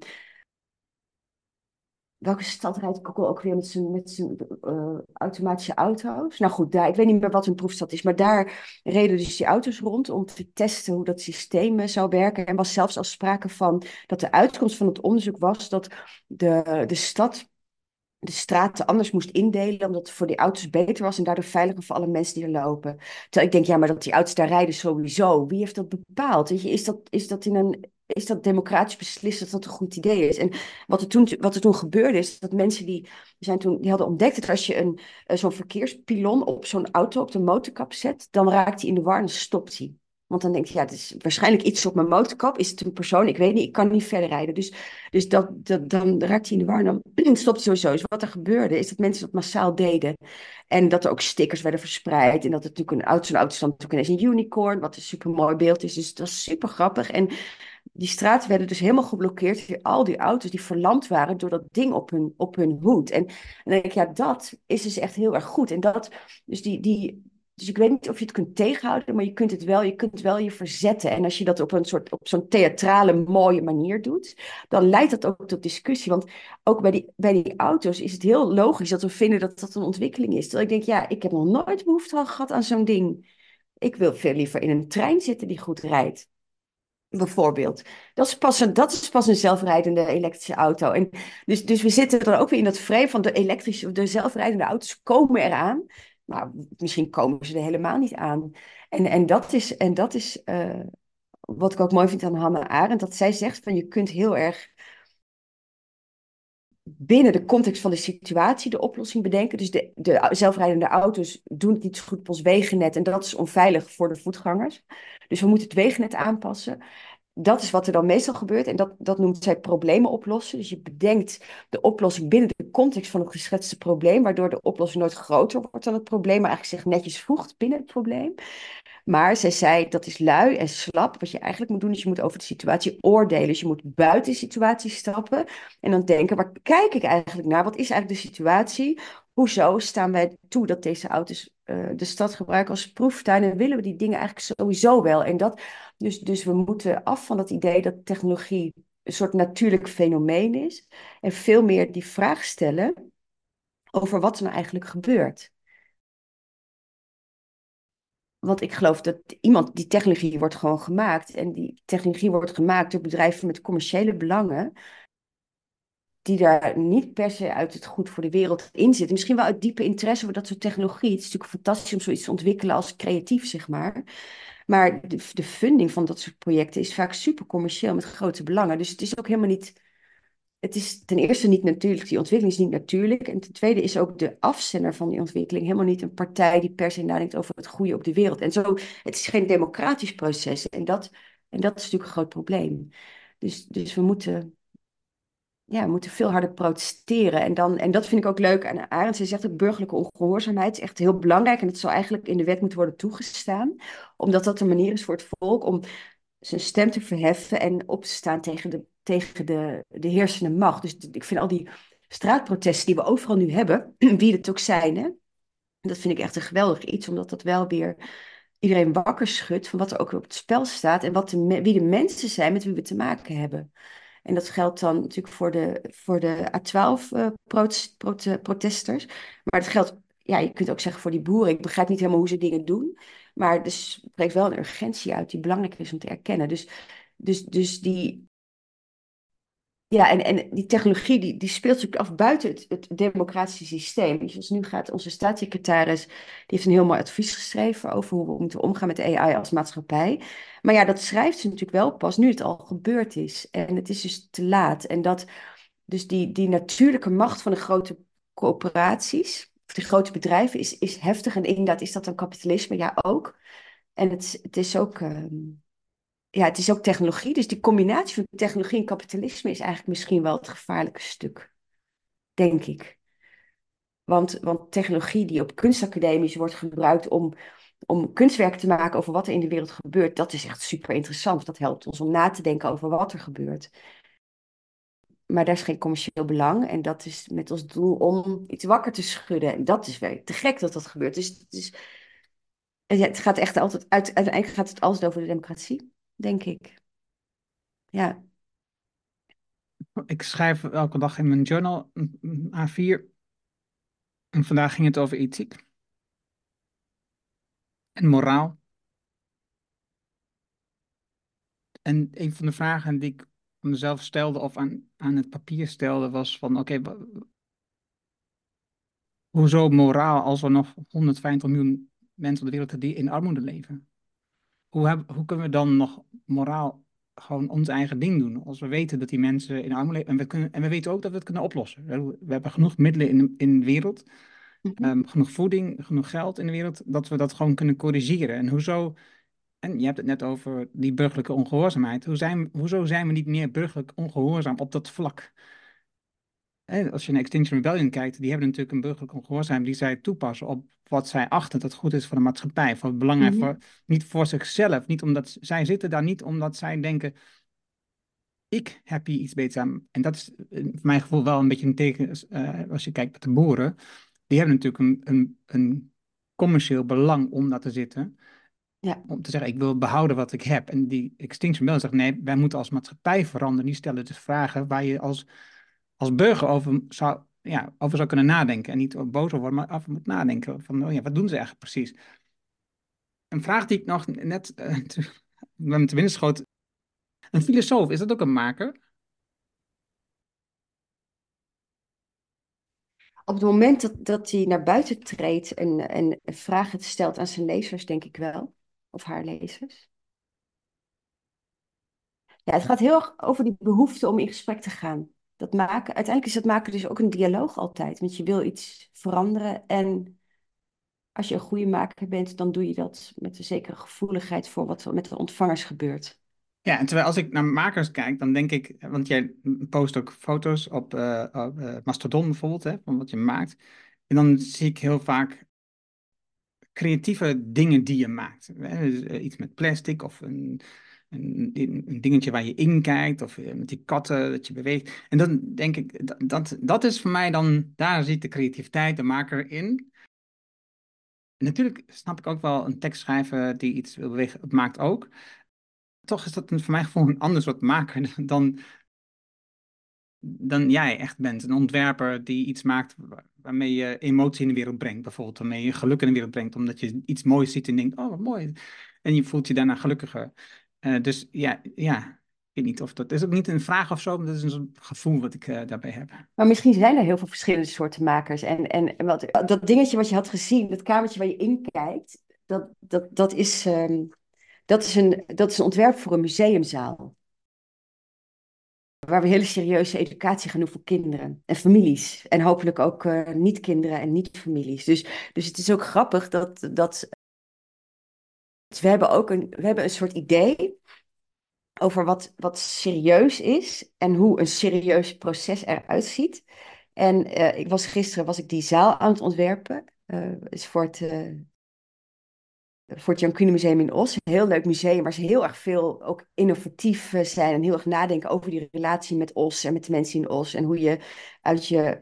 welke stad rijdt Google ook weer met zijn automatische auto's? Nou goed, ik weet niet meer wat hun proefstad is, maar daar reden dus die auto's rond om te testen hoe dat systeem zou werken. En was zelfs al sprake van dat de uitkomst van het onderzoek was dat de stad de straten anders moest indelen, omdat het voor die auto's beter was en daardoor veiliger voor alle mensen die er lopen. Terwijl ik denk, ja, maar dat die auto's daar rijden sowieso. Wie heeft dat bepaald? Weet je, is dat democratisch beslist dat dat een goed idee is? En wat er toen gebeurde is dat mensen die hadden ontdekt dat als je zo'n verkeerspilon op zo'n auto op de motorkap zet, dan raakt hij in de war en dan stopt hij. Want dan denk je, ja, het is waarschijnlijk iets op mijn motorkap. Is het een persoon? Ik weet niet, ik kan niet verder rijden. Dus dan raakt hij in de war en dan stopt hij sowieso. Dus wat er gebeurde, is dat mensen dat massaal deden. En dat er ook stickers werden verspreid. En dat het natuurlijk zo'n auto stond natuurlijk ineens een unicorn, wat een super mooi beeld is. Dus dat is super grappig. En die straten werden dus helemaal geblokkeerd. Al die auto's die verlamd waren door dat ding op hun hoed. En dan denk ik, ja, dat is dus echt heel erg goed. En dus dus ik weet niet of je het kunt tegenhouden, maar je kunt wel je verzetten. En als je dat op zo'n theatrale, mooie manier doet, dan leidt dat ook tot discussie. Want ook bij die auto's is het heel logisch dat we vinden dat dat een ontwikkeling is. Terwijl ik denk, ja, ik heb nog nooit behoefte gehad aan zo'n ding. Ik wil veel liever in een trein zitten die goed rijdt. Bijvoorbeeld. Dat is pas een zelfrijdende elektrische auto. En dus we zitten dan ook weer in dat frame van de zelfrijdende auto's komen eraan. Maar misschien komen ze er helemaal niet aan. En dat is wat ik ook mooi vind aan Hannah Arendt. Dat zij zegt van je kunt heel erg binnen de context van de situatie de oplossing bedenken. Dus de zelfrijdende auto's doen het niet zo goed op ons wegennet. En dat is onveilig voor de voetgangers. Dus we moeten het wegennet aanpassen. dat is wat er dan meestal gebeurt. En dat noemt zij problemen oplossen. Dus je bedenkt de oplossing binnen de context van het geschetste probleem, waardoor de oplossing nooit groter wordt dan het probleem, maar eigenlijk zich netjes voegt binnen het probleem. Maar zij zei, dat is lui en slap. Wat je eigenlijk moet doen, is je moet over de situatie oordelen. Dus je moet buiten de situatie stappen en dan denken, waar kijk ik eigenlijk naar? Wat is eigenlijk de situatie? Hoezo staan wij toe dat deze auto's de stad gebruiken als proeftuin? En willen we die dingen eigenlijk sowieso wel? En dus we moeten af van dat idee dat technologie een soort natuurlijk fenomeen is. En veel meer die vraag stellen over wat er nou eigenlijk gebeurt. Want ik geloof dat die technologie wordt gewoon gemaakt. En die technologie wordt gemaakt door bedrijven met commerciële belangen. Die daar niet per se uit het goed voor de wereld in zitten. Misschien wel uit diepe interesse voor dat soort technologie. Het is natuurlijk fantastisch om zoiets te ontwikkelen als creatief, zeg maar. Maar de funding van dat soort projecten is vaak super commercieel met grote belangen. Dus het is ook helemaal niet. Het is ten eerste niet natuurlijk, die ontwikkeling is niet natuurlijk. En ten tweede is ook de afzender van die ontwikkeling helemaal niet een partij die per se nadenkt over het goede op de wereld. En zo, het is geen democratisch proces. En dat is natuurlijk een groot probleem. Dus we moeten veel harder protesteren. En dat vind ik ook leuk aan Arendt. Zij zegt dat burgerlijke ongehoorzaamheid is echt heel belangrijk. En het zou eigenlijk in de wet moeten worden toegestaan. Omdat dat een manier is voor het volk om zijn stem te verheffen en op te staan tegen de heersende macht. Dus ik vind al die straatprotesten die we overal nu hebben, wie het ook zijn, hè, dat vind ik echt een geweldig iets, omdat dat wel weer iedereen wakker schudt van wat er ook op het spel staat en wie de mensen zijn met wie we te maken hebben. En dat geldt dan natuurlijk voor de A12-protesters. Maar dat geldt, ja, je kunt ook zeggen voor die boeren. Ik begrijp niet helemaal hoe ze dingen doen. Maar er spreekt wel een urgentie uit die belangrijk is om te erkennen. Dus die, ja, en die technologie die speelt zich af buiten het democratische systeem. Dus als nu gaat onze staatssecretaris, die heeft een heel mooi advies geschreven over hoe we moeten omgaan met AI als maatschappij. Maar ja, dat schrijft ze natuurlijk wel pas nu het al gebeurd is. En het is dus te laat. Dus die natuurlijke macht van de grote corporaties, of de grote bedrijven, is heftig. En inderdaad is dat dan kapitalisme, ja ook. En het is ook... ja, het is ook technologie. Dus die combinatie van technologie en kapitalisme is eigenlijk misschien wel het gevaarlijke stuk, denk ik. Want technologie die op kunstacademies wordt gebruikt om kunstwerken te maken over wat er in de wereld gebeurt, dat is echt super interessant. Dat helpt ons om na te denken over wat er gebeurt. Maar daar is geen commercieel belang. En dat is met als doel om iets wakker te schudden. En dat is weer te gek dat dat gebeurt. Dus ja, het gaat echt uiteindelijk gaat het altijd over de democratie, denk ik. Ja. Ik schrijf elke dag in mijn journal een A4. En vandaag ging het over ethiek en moraal. En een van de vragen die ik mezelf stelde of aan het papier stelde was van oké, hoezo moraal als er nog 150 miljoen mensen op de wereld die in armoede leven? Hoe kunnen we dan nog moraal gewoon ons eigen ding doen? Als we weten dat die mensen in armoede leven en we weten ook dat we het kunnen oplossen. We hebben genoeg middelen in de wereld, Mhm. genoeg voeding, genoeg geld in de wereld, dat we dat gewoon kunnen corrigeren. En hoezo, en je hebt het net over die burgerlijke ongehoorzaamheid. Hoezo zijn we niet meer burgerlijk ongehoorzaam op dat vlak? Als je naar Extinction Rebellion kijkt, die hebben natuurlijk een burgerlijke ongehoorzaamheid die zij toepassen op wat zij achten dat goed is voor de maatschappij, voor het belang en Mhm. niet voor zichzelf. Niet omdat zij zitten daar niet omdat zij denken, ik heb hier iets beters aan. En dat is voor mijn gevoel wel een beetje een teken, als je kijkt naar de boeren. Die hebben natuurlijk een commercieel belang om daar te zitten. Ja. Om te zeggen, ik wil behouden wat ik heb. En die Extinction Rebellion zegt, nee, wij moeten als maatschappij veranderen. Die stellen dus vragen waar je als burger over zou kunnen nadenken. En niet boos over worden, maar over moet nadenken. Van, oh ja, wat doen ze eigenlijk precies? Een vraag die ik nog net met te binnen schoot. Een filosoof, is dat ook een maker? Op het moment dat hij naar buiten treedt en vragen stelt aan zijn lezers, denk ik wel. Of haar lezers. Ja, het gaat heel erg over die behoefte om in gesprek te gaan. Uiteindelijk is dat maken dus ook een dialoog altijd. Want je wil iets veranderen. En als je een goede maker bent, dan doe je dat met een zekere gevoeligheid voor wat er met de ontvangers gebeurt. Ja, en terwijl als ik naar makers kijk, dan denk ik, want jij post ook foto's op Mastodon bijvoorbeeld, hè, van wat je maakt. En dan zie ik heel vaak creatieve dingen die je maakt. Hè. Dus, iets met plastic of een dingetje waar je in kijkt, of met die katten dat je beweegt. En dan denk ik, dat is voor mij dan, daar zit de creativiteit, de maker in. Natuurlijk snap ik ook wel een tekst schrijven die iets wil bewegen, het maakt ook. Toch is dat voor mij gewoon een ander soort maker dan jij echt bent. Een ontwerper die iets maakt waarmee je emotie in de wereld brengt, bijvoorbeeld. Waarmee je geluk in de wereld brengt, omdat je iets moois ziet en denkt, oh, wat mooi. En je voelt je daarna gelukkiger. Dus ja, ik weet niet of dat is ook niet een vraag of zo, maar dat is een soort gevoel wat ik daarbij heb. Maar misschien zijn er heel veel verschillende soorten makers. En dat dingetje wat je had gezien, dat kamertje waar je in kijkt, dat is een ontwerp voor een museumzaal. Waar we hele serieuze educatie gaan doen voor kinderen en families. En hopelijk ook niet-kinderen en niet-families. Dus het is ook grappig dat we hebben een soort idee over wat serieus is en hoe een serieus proces eruit ziet. En gisteren was ik die zaal aan het ontwerpen. Is voor het Jan Kuhne Museum in Os. Een heel leuk museum waar ze heel erg veel ook innovatief zijn en heel erg nadenken over die relatie met Os en met de mensen in Os. En hoe je uit je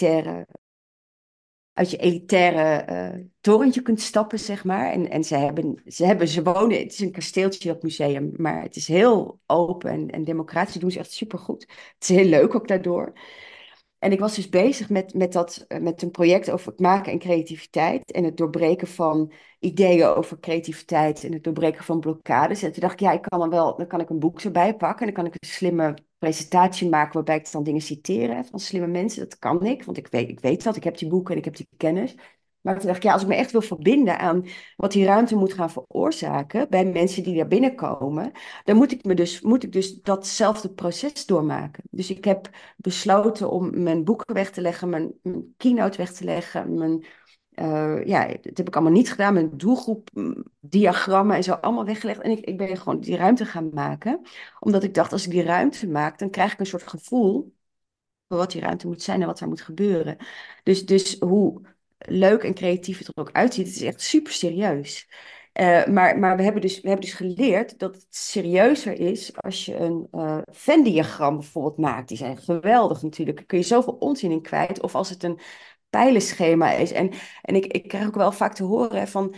elitaire torentje kunt stappen, zeg maar. En ze wonen, het is een kasteeltje, dat museum, maar het is heel open en democratisch, doen ze echt supergoed. Het is heel leuk ook daardoor. En ik was dus bezig met een project over het maken en creativiteit en het doorbreken van ideeën over creativiteit en het doorbreken van blokkades. En toen dacht ik, ja, dan kan ik een boek erbij pakken en dan kan ik een slimme presentatie maken waarbij ik dan dingen citeer van slimme mensen. Dat kan ik, want ik weet dat, ik heb die boeken en ik heb die kennis. Maar toen dacht ik, ja, als ik me echt wil verbinden aan wat die ruimte moet gaan veroorzaken bij mensen die daar binnenkomen, dan moet ik dus datzelfde proces doormaken. Dus ik heb besloten om mijn boeken weg te leggen, mijn keynote weg te leggen, ja, dat heb ik allemaal niet gedaan, mijn doelgroep, diagrammen en zo allemaal weggelegd. En ik ben gewoon die ruimte gaan maken, omdat ik dacht, als ik die ruimte maak, dan krijg ik een soort gevoel voor wat die ruimte moet zijn en wat er moet gebeuren. Dus hoe leuk en creatief het er ook uitziet, het is echt super serieus. Maar we hebben dus geleerd dat het serieuzer is als je een Venn-diagram bijvoorbeeld maakt. Die zijn geweldig natuurlijk. Daar kun je zoveel onzin in kwijt. Of als het een pijlenschema is. En ik krijg ook wel vaak te horen hè, van...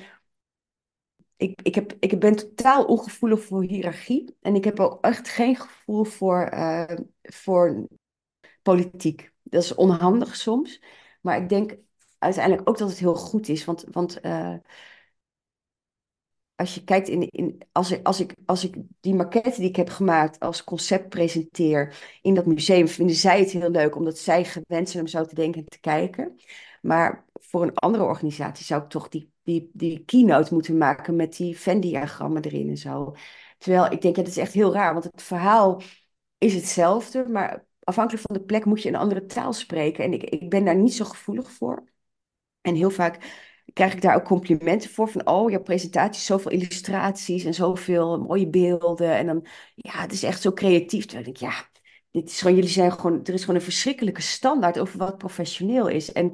Ik ben totaal ongevoelig voor hiërarchie. En ik heb ook echt geen gevoel voor politiek. Dat is onhandig soms. Maar ik denk uiteindelijk ook dat het heel goed is. Want als je kijkt als ik die maquette die ik heb gemaakt als concept presenteer in dat museum, vinden zij het heel leuk, omdat zij gewend zijn om zo te denken en te kijken. Maar voor een andere organisatie zou ik toch die keynote moeten maken met die Venn-diagrammen erin en zo. Terwijl ik denk, ja, dat is echt heel raar, want het verhaal is hetzelfde, maar afhankelijk van de plek moet je een andere taal spreken. En ik ben daar niet zo gevoelig voor. En heel vaak krijg ik daar ook complimenten voor. Van, oh, jouw presentatie, zoveel illustraties en zoveel mooie beelden. En dan, ja, het is echt zo creatief. Terwijl ik denk, ja, er is gewoon een verschrikkelijke standaard over wat professioneel is. En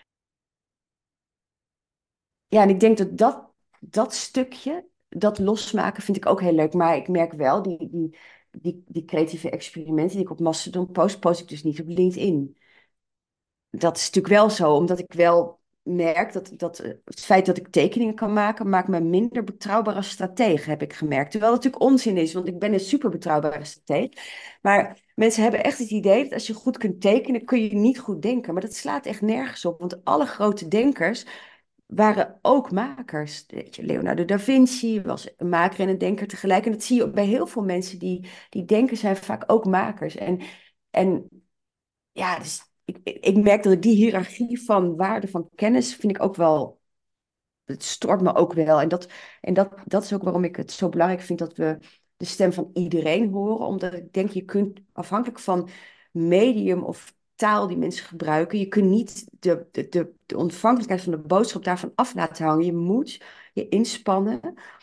ja, en ik denk dat stukje, dat losmaken, vind ik ook heel leuk. Maar ik merk wel, die creatieve experimenten die ik op Mastodon post ik dus niet op LinkedIn. Dat is natuurlijk wel zo, omdat ik wel merk dat het feit dat ik tekeningen kan maken, maakt me minder betrouwbare stratege, heb ik gemerkt. Terwijl het natuurlijk onzin is, want ik ben een super betrouwbare stratege. Maar mensen hebben echt het idee dat als je goed kunt tekenen, kun je niet goed denken. Maar dat slaat echt nergens op, want alle grote denkers waren ook makers. Weet je, Leonardo da Vinci was een maker en een denker tegelijk. En dat zie je bij heel veel mensen die denken, zijn vaak ook makers. En ja, dus ik merk dat ik die hiërarchie van waarde van kennis vind ik ook wel, het stoort me ook wel. En dat is ook waarom ik het zo belangrijk vind dat we de stem van iedereen horen. Omdat ik denk, je kunt afhankelijk van medium of taal die mensen gebruiken, je kunt niet de ontvankelijkheid van de boodschap daarvan af laten hangen. Je moet je inspannen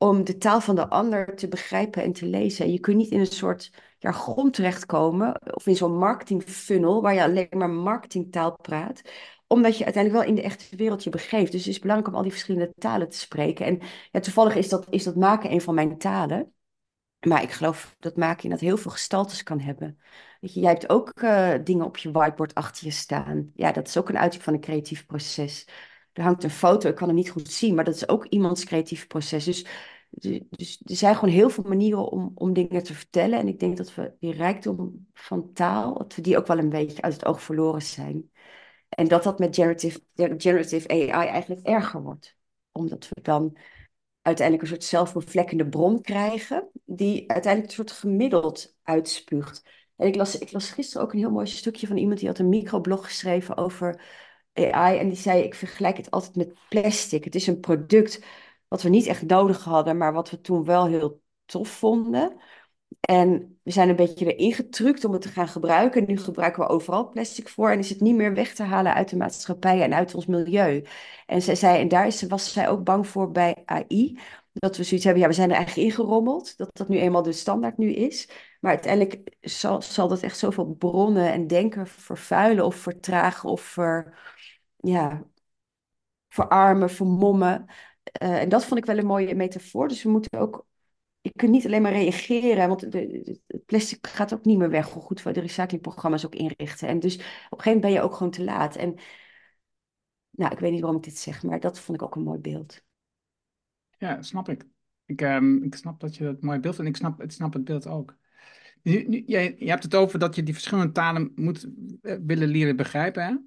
om de taal van de ander te begrijpen en te lezen. En je kunt niet in een soort jargon terechtkomen of in zo'n marketing funnel waar je alleen maar marketingtaal praat, omdat je uiteindelijk wel in de echte wereld je begeeft. Dus het is belangrijk om al die verschillende talen te spreken. En ja, toevallig is dat maken een van mijn talen. Maar ik geloof dat maken inderdaad heel veel gestaltes kan hebben. Weet je, jij hebt ook dingen op je whiteboard achter je staan. Ja, dat is ook een uiting van een creatief proces. Er hangt een foto, ik kan hem niet goed zien, maar dat is ook iemands creatief proces. Dus er zijn gewoon heel veel manieren om dingen te vertellen. En ik denk dat we die rijkdom van taal, dat we die ook wel een beetje uit het oog verloren zijn. En dat dat met generative AI eigenlijk erger wordt. Omdat we dan uiteindelijk een soort zelfbevlekkende bron krijgen, die uiteindelijk een soort gemiddeld uitspuugt. En ik las gisteren ook een heel mooi stukje van iemand die had een microblog geschreven over AI. En die zei, ik vergelijk het altijd met plastic. Het is een product wat we niet echt nodig hadden, maar wat we toen wel heel tof vonden. En we zijn een beetje erin getrukt om het te gaan gebruiken. En nu gebruiken we overal plastic voor. En is het niet meer weg te halen uit de maatschappij en uit ons milieu. En zij zei, en was zij ook bang voor bij AI. Dat we zoiets hebben, ja, we zijn er eigenlijk ingerommeld. Dat dat nu eenmaal de standaard nu is. Maar uiteindelijk zal dat echt zoveel bronnen en denken vervuilen of vertragen of ja, verarmen, vermommen. En dat vond ik wel een mooie metafoor. Dus we moeten ook je kunt niet alleen maar reageren, want het plastic gaat ook niet meer weg, hoe goed we de recyclingprogramma's ook inrichten. En dus op een gegeven moment ben je ook gewoon te laat. En nou, ik weet niet waarom ik dit zeg, maar dat vond ik ook een mooi beeld. Ja, snap ik. Ik snap dat je dat mooi beeld vindt en ik snap het beeld ook. Je hebt het over dat je die verschillende talen moet willen leren begrijpen, hè?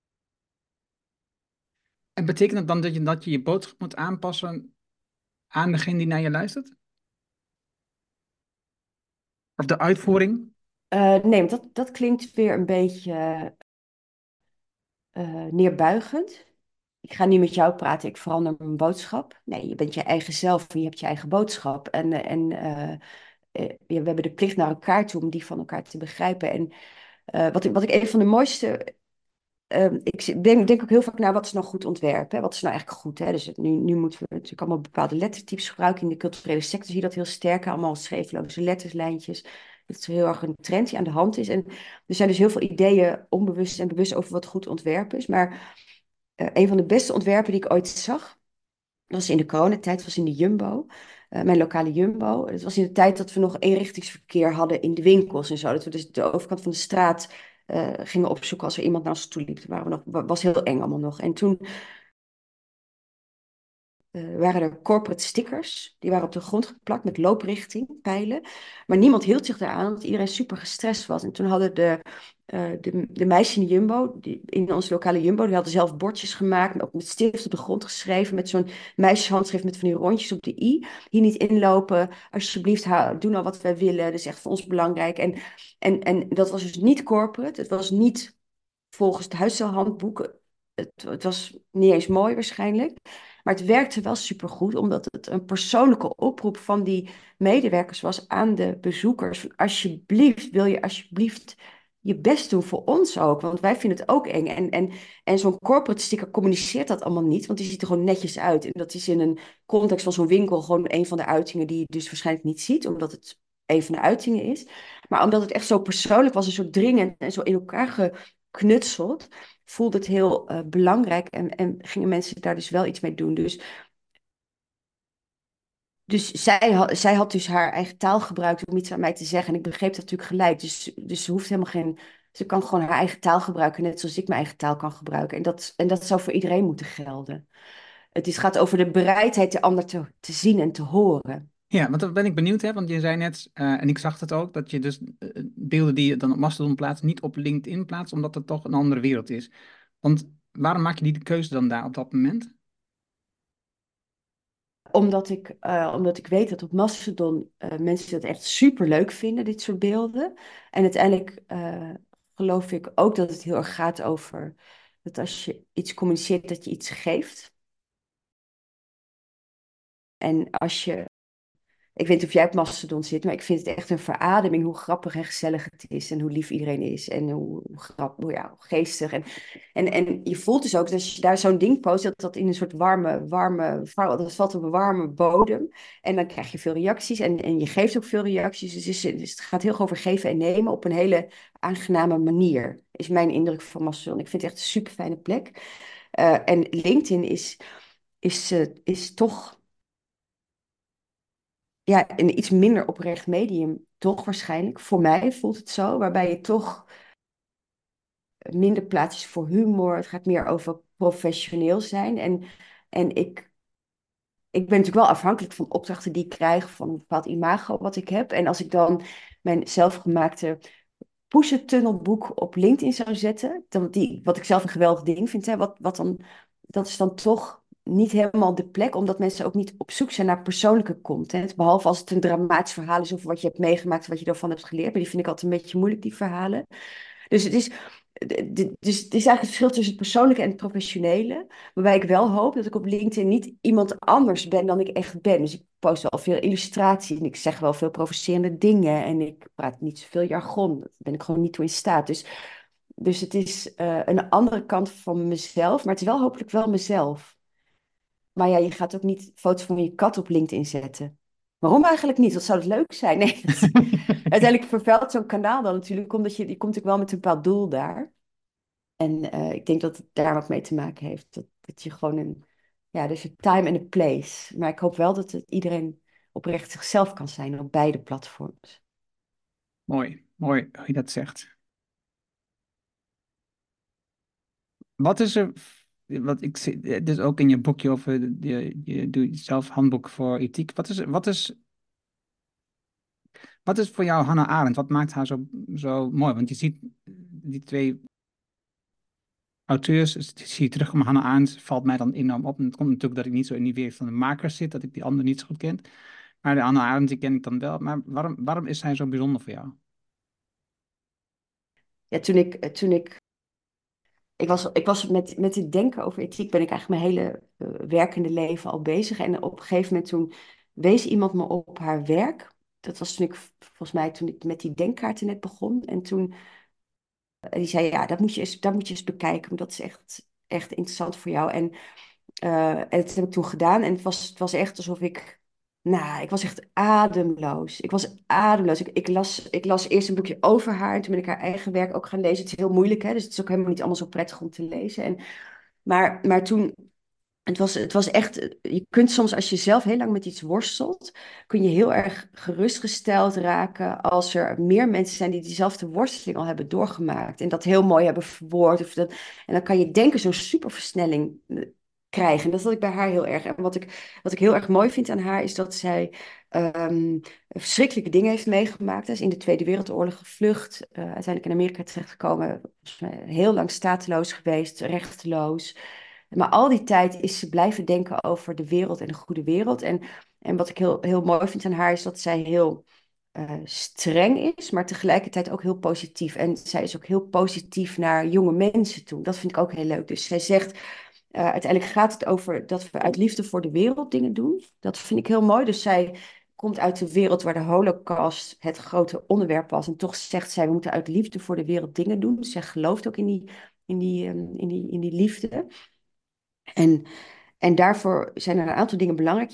En betekent dat dan dat je je boodschap moet aanpassen aan degene die naar je luistert? Of de uitvoering? Nee, want dat klinkt weer een beetje neerbuigend. Ik ga niet met jou praten, ik verander mijn boodschap. Nee, je bent je eigen zelf en je hebt je eigen boodschap. Ja, we hebben de plicht naar elkaar toe om die van elkaar te begrijpen. En wat ik een van de mooiste ik denk ook heel vaak naar wat is nou goed ontwerp, hè? Wat is nou eigenlijk goed, hè? Dus nu moeten we natuurlijk allemaal bepaalde lettertypes gebruiken. In de culturele sector zie je dat heel sterk, allemaal schreefloze letterslijntjes. Dat is heel erg een trend die aan de hand is. En er zijn dus heel veel ideeën, onbewust en bewust, over wat goed ontwerp is. Maar een van de beste ontwerpen die ik ooit zag, dat was in de coronatijd, was in de Jumbo. Mijn lokale Jumbo. Het was in de tijd dat we nog eenrichtingsverkeer hadden in de winkels en zo. Dat we dus de overkant van de straat gingen opzoeken als er iemand naar ons toe liep. Toen waren we nog, was heel eng allemaal nog. En toen waren er corporate stickers. Die waren op de grond geplakt met looprichting, pijlen. Maar niemand hield zich daaraan, omdat iedereen super gestrest was. En toen hadden de meisjes in de Jumbo, in onze lokale Jumbo, die hadden zelf bordjes gemaakt, ook met stift op de grond geschreven, met zo'n meisjeshandschrift met van die rondjes op de i. Hier niet inlopen, alsjeblieft, doe nou wat wij willen, dat is echt voor ons belangrijk. En dat was dus niet corporate, het was niet volgens het huisstijlhandboek. Het was niet eens mooi waarschijnlijk. Maar het werkte wel supergoed, omdat het een persoonlijke oproep van die medewerkers was aan de bezoekers. Van, alsjeblieft, wil je alsjeblieft je best doen voor ons ook? Want wij vinden het ook eng. En zo'n corporate sticker communiceert dat allemaal niet, want die ziet er gewoon netjes uit. En dat is in een context van zo'n winkel gewoon een van de uitingen die je dus waarschijnlijk niet ziet, omdat het een van de uitingen is. Maar omdat het echt zo persoonlijk was, een soort dringend en zo in elkaar geknutseld, voelde het heel belangrijk en gingen mensen daar dus wel iets mee doen. Dus zij had dus haar eigen taal gebruikt om iets aan mij te zeggen. En ik begreep dat natuurlijk gelijk. Dus ze hoeft helemaal geen. Ze kan gewoon haar eigen taal gebruiken, net zoals ik mijn eigen taal kan gebruiken. En dat zou voor iedereen moeten gelden. Gaat over de bereidheid de ander te zien en te horen. Ja, want dan ben ik benieuwd, hè, want je zei net, en ik zag het ook, dat je dus beelden die je dan op Mastodon plaatst, niet op LinkedIn plaatst, omdat het toch een andere wereld is. Want waarom maak je die de keuze dan daar op dat moment? Omdat ik weet dat op Mastodon mensen dat echt super leuk vinden, dit soort beelden. En uiteindelijk geloof ik ook dat het heel erg gaat over dat als je iets communiceert, dat je iets geeft. En als je Ik weet niet of jij op Mastodon zit, maar ik vind het echt een verademing hoe grappig en gezellig het is. En hoe lief iedereen is. En hoe grappig, hoe geestig. En je voelt dus ook dat als je daar zo'n ding post, dat in een soort dat valt op een warme bodem. En dan krijg je veel reacties. En je geeft ook veel reacties. Dus het gaat heel erg over geven en nemen op een hele aangename manier. Is mijn indruk van Mastodon. Ik vind het echt een super fijne plek. En LinkedIn is toch ja, een iets minder oprecht medium, toch waarschijnlijk. Voor mij voelt het zo, waarbij je toch minder plaats is voor humor. Het gaat meer over professioneel zijn. En ik ben natuurlijk wel afhankelijk van opdrachten die ik krijg, van een bepaald imago wat ik heb. En als ik dan mijn zelfgemaakte push-tunnelboek op LinkedIn zou zetten, wat ik zelf een geweldig ding vind, hè, dat is dan toch niet helemaal de plek, omdat mensen ook niet op zoek zijn naar persoonlijke content. Behalve als het een dramatisch verhaal is over wat je hebt meegemaakt, wat je ervan hebt geleerd. Maar die vind ik altijd een beetje moeilijk, die verhalen. Dus het is eigenlijk het verschil tussen het persoonlijke en het professionele. Waarbij ik wel hoop dat ik op LinkedIn niet iemand anders ben dan ik echt ben. Dus ik post wel veel illustratie en ik zeg wel veel provocerende dingen. En ik praat niet zoveel jargon. Daar ben ik gewoon niet toe in staat. Dus het is een andere kant van mezelf. Maar het is wel hopelijk wel mezelf. Maar ja, je gaat ook niet foto's van je kat op LinkedIn zetten. Waarom eigenlijk niet? Wat zou het leuk zijn? Nee, uiteindelijk vervuilt zo'n kanaal dan natuurlijk, omdat je komt natuurlijk wel met een bepaald doel daar. En ik denk dat het daar wat mee te maken heeft. Dat je gewoon ja, dus een time en een place. Maar ik hoop wel dat iedereen oprecht zichzelf kan zijn op beide platforms. Mooi, mooi hoe je dat zegt. Wat is er, wat ik zie, dus ook in je boekje over je doe zelf handboek voor ethiek. Wat is voor jou Hannah Arendt? Wat maakt haar zo mooi? Want je ziet die twee auteurs, zie je terug om Hannah Arendt, valt mij dan enorm op. En het komt natuurlijk dat ik niet zo in die wereld van de makers zit, dat ik die andere niet zo goed ken. Maar de Hannah Arendt, die ken ik dan wel. Maar waarom is zij zo bijzonder voor jou? Ja, ik was met het denken over ethiek, ben ik eigenlijk mijn hele werkende leven al bezig. En op een gegeven moment toen wees iemand me op haar werk. Dat was volgens mij toen ik met die denkkaarten net begon. En toen die zei, ja, dat moet je eens bekijken. Want dat is echt interessant voor jou. En dat heb ik toen gedaan. En het was echt alsof ik was echt ademloos. Ik was ademloos. Ik las eerst een boekje over haar. En toen ben ik haar eigen werk ook gaan lezen. Het is heel moeilijk, hè. Dus het is ook helemaal niet allemaal zo prettig om te lezen. Maar toen, het was echt, je kunt soms als je zelf heel lang met iets worstelt, kun je heel erg gerustgesteld raken als er meer mensen zijn die diezelfde worsteling al hebben doorgemaakt en dat heel mooi hebben verwoord. En dan kan je denken zo'n superversnelling krijgen. En dat had ik bij haar heel erg. En wat ik heel erg mooi vind aan haar is dat zij verschrikkelijke dingen heeft meegemaakt. Zij is in de Tweede Wereldoorlog gevlucht, uiteindelijk in Amerika terechtgekomen, heel lang stateloos geweest, rechteloos. Maar al die tijd is ze blijven denken over de wereld en de goede wereld. En wat ik heel mooi vind aan haar is dat zij heel streng is, maar tegelijkertijd ook heel positief. En zij is ook heel positief naar jonge mensen toe. Dat vind ik ook heel leuk. Dus zij zegt, uiteindelijk gaat het over dat we uit liefde voor de wereld dingen doen. Dat vind ik heel mooi. Dus zij komt uit de wereld waar de Holocaust het grote onderwerp was. En toch zegt zij, we moeten uit liefde voor de wereld dingen doen. Dus zij gelooft ook in die liefde. En, en daarvoor zijn er een aantal dingen belangrijk.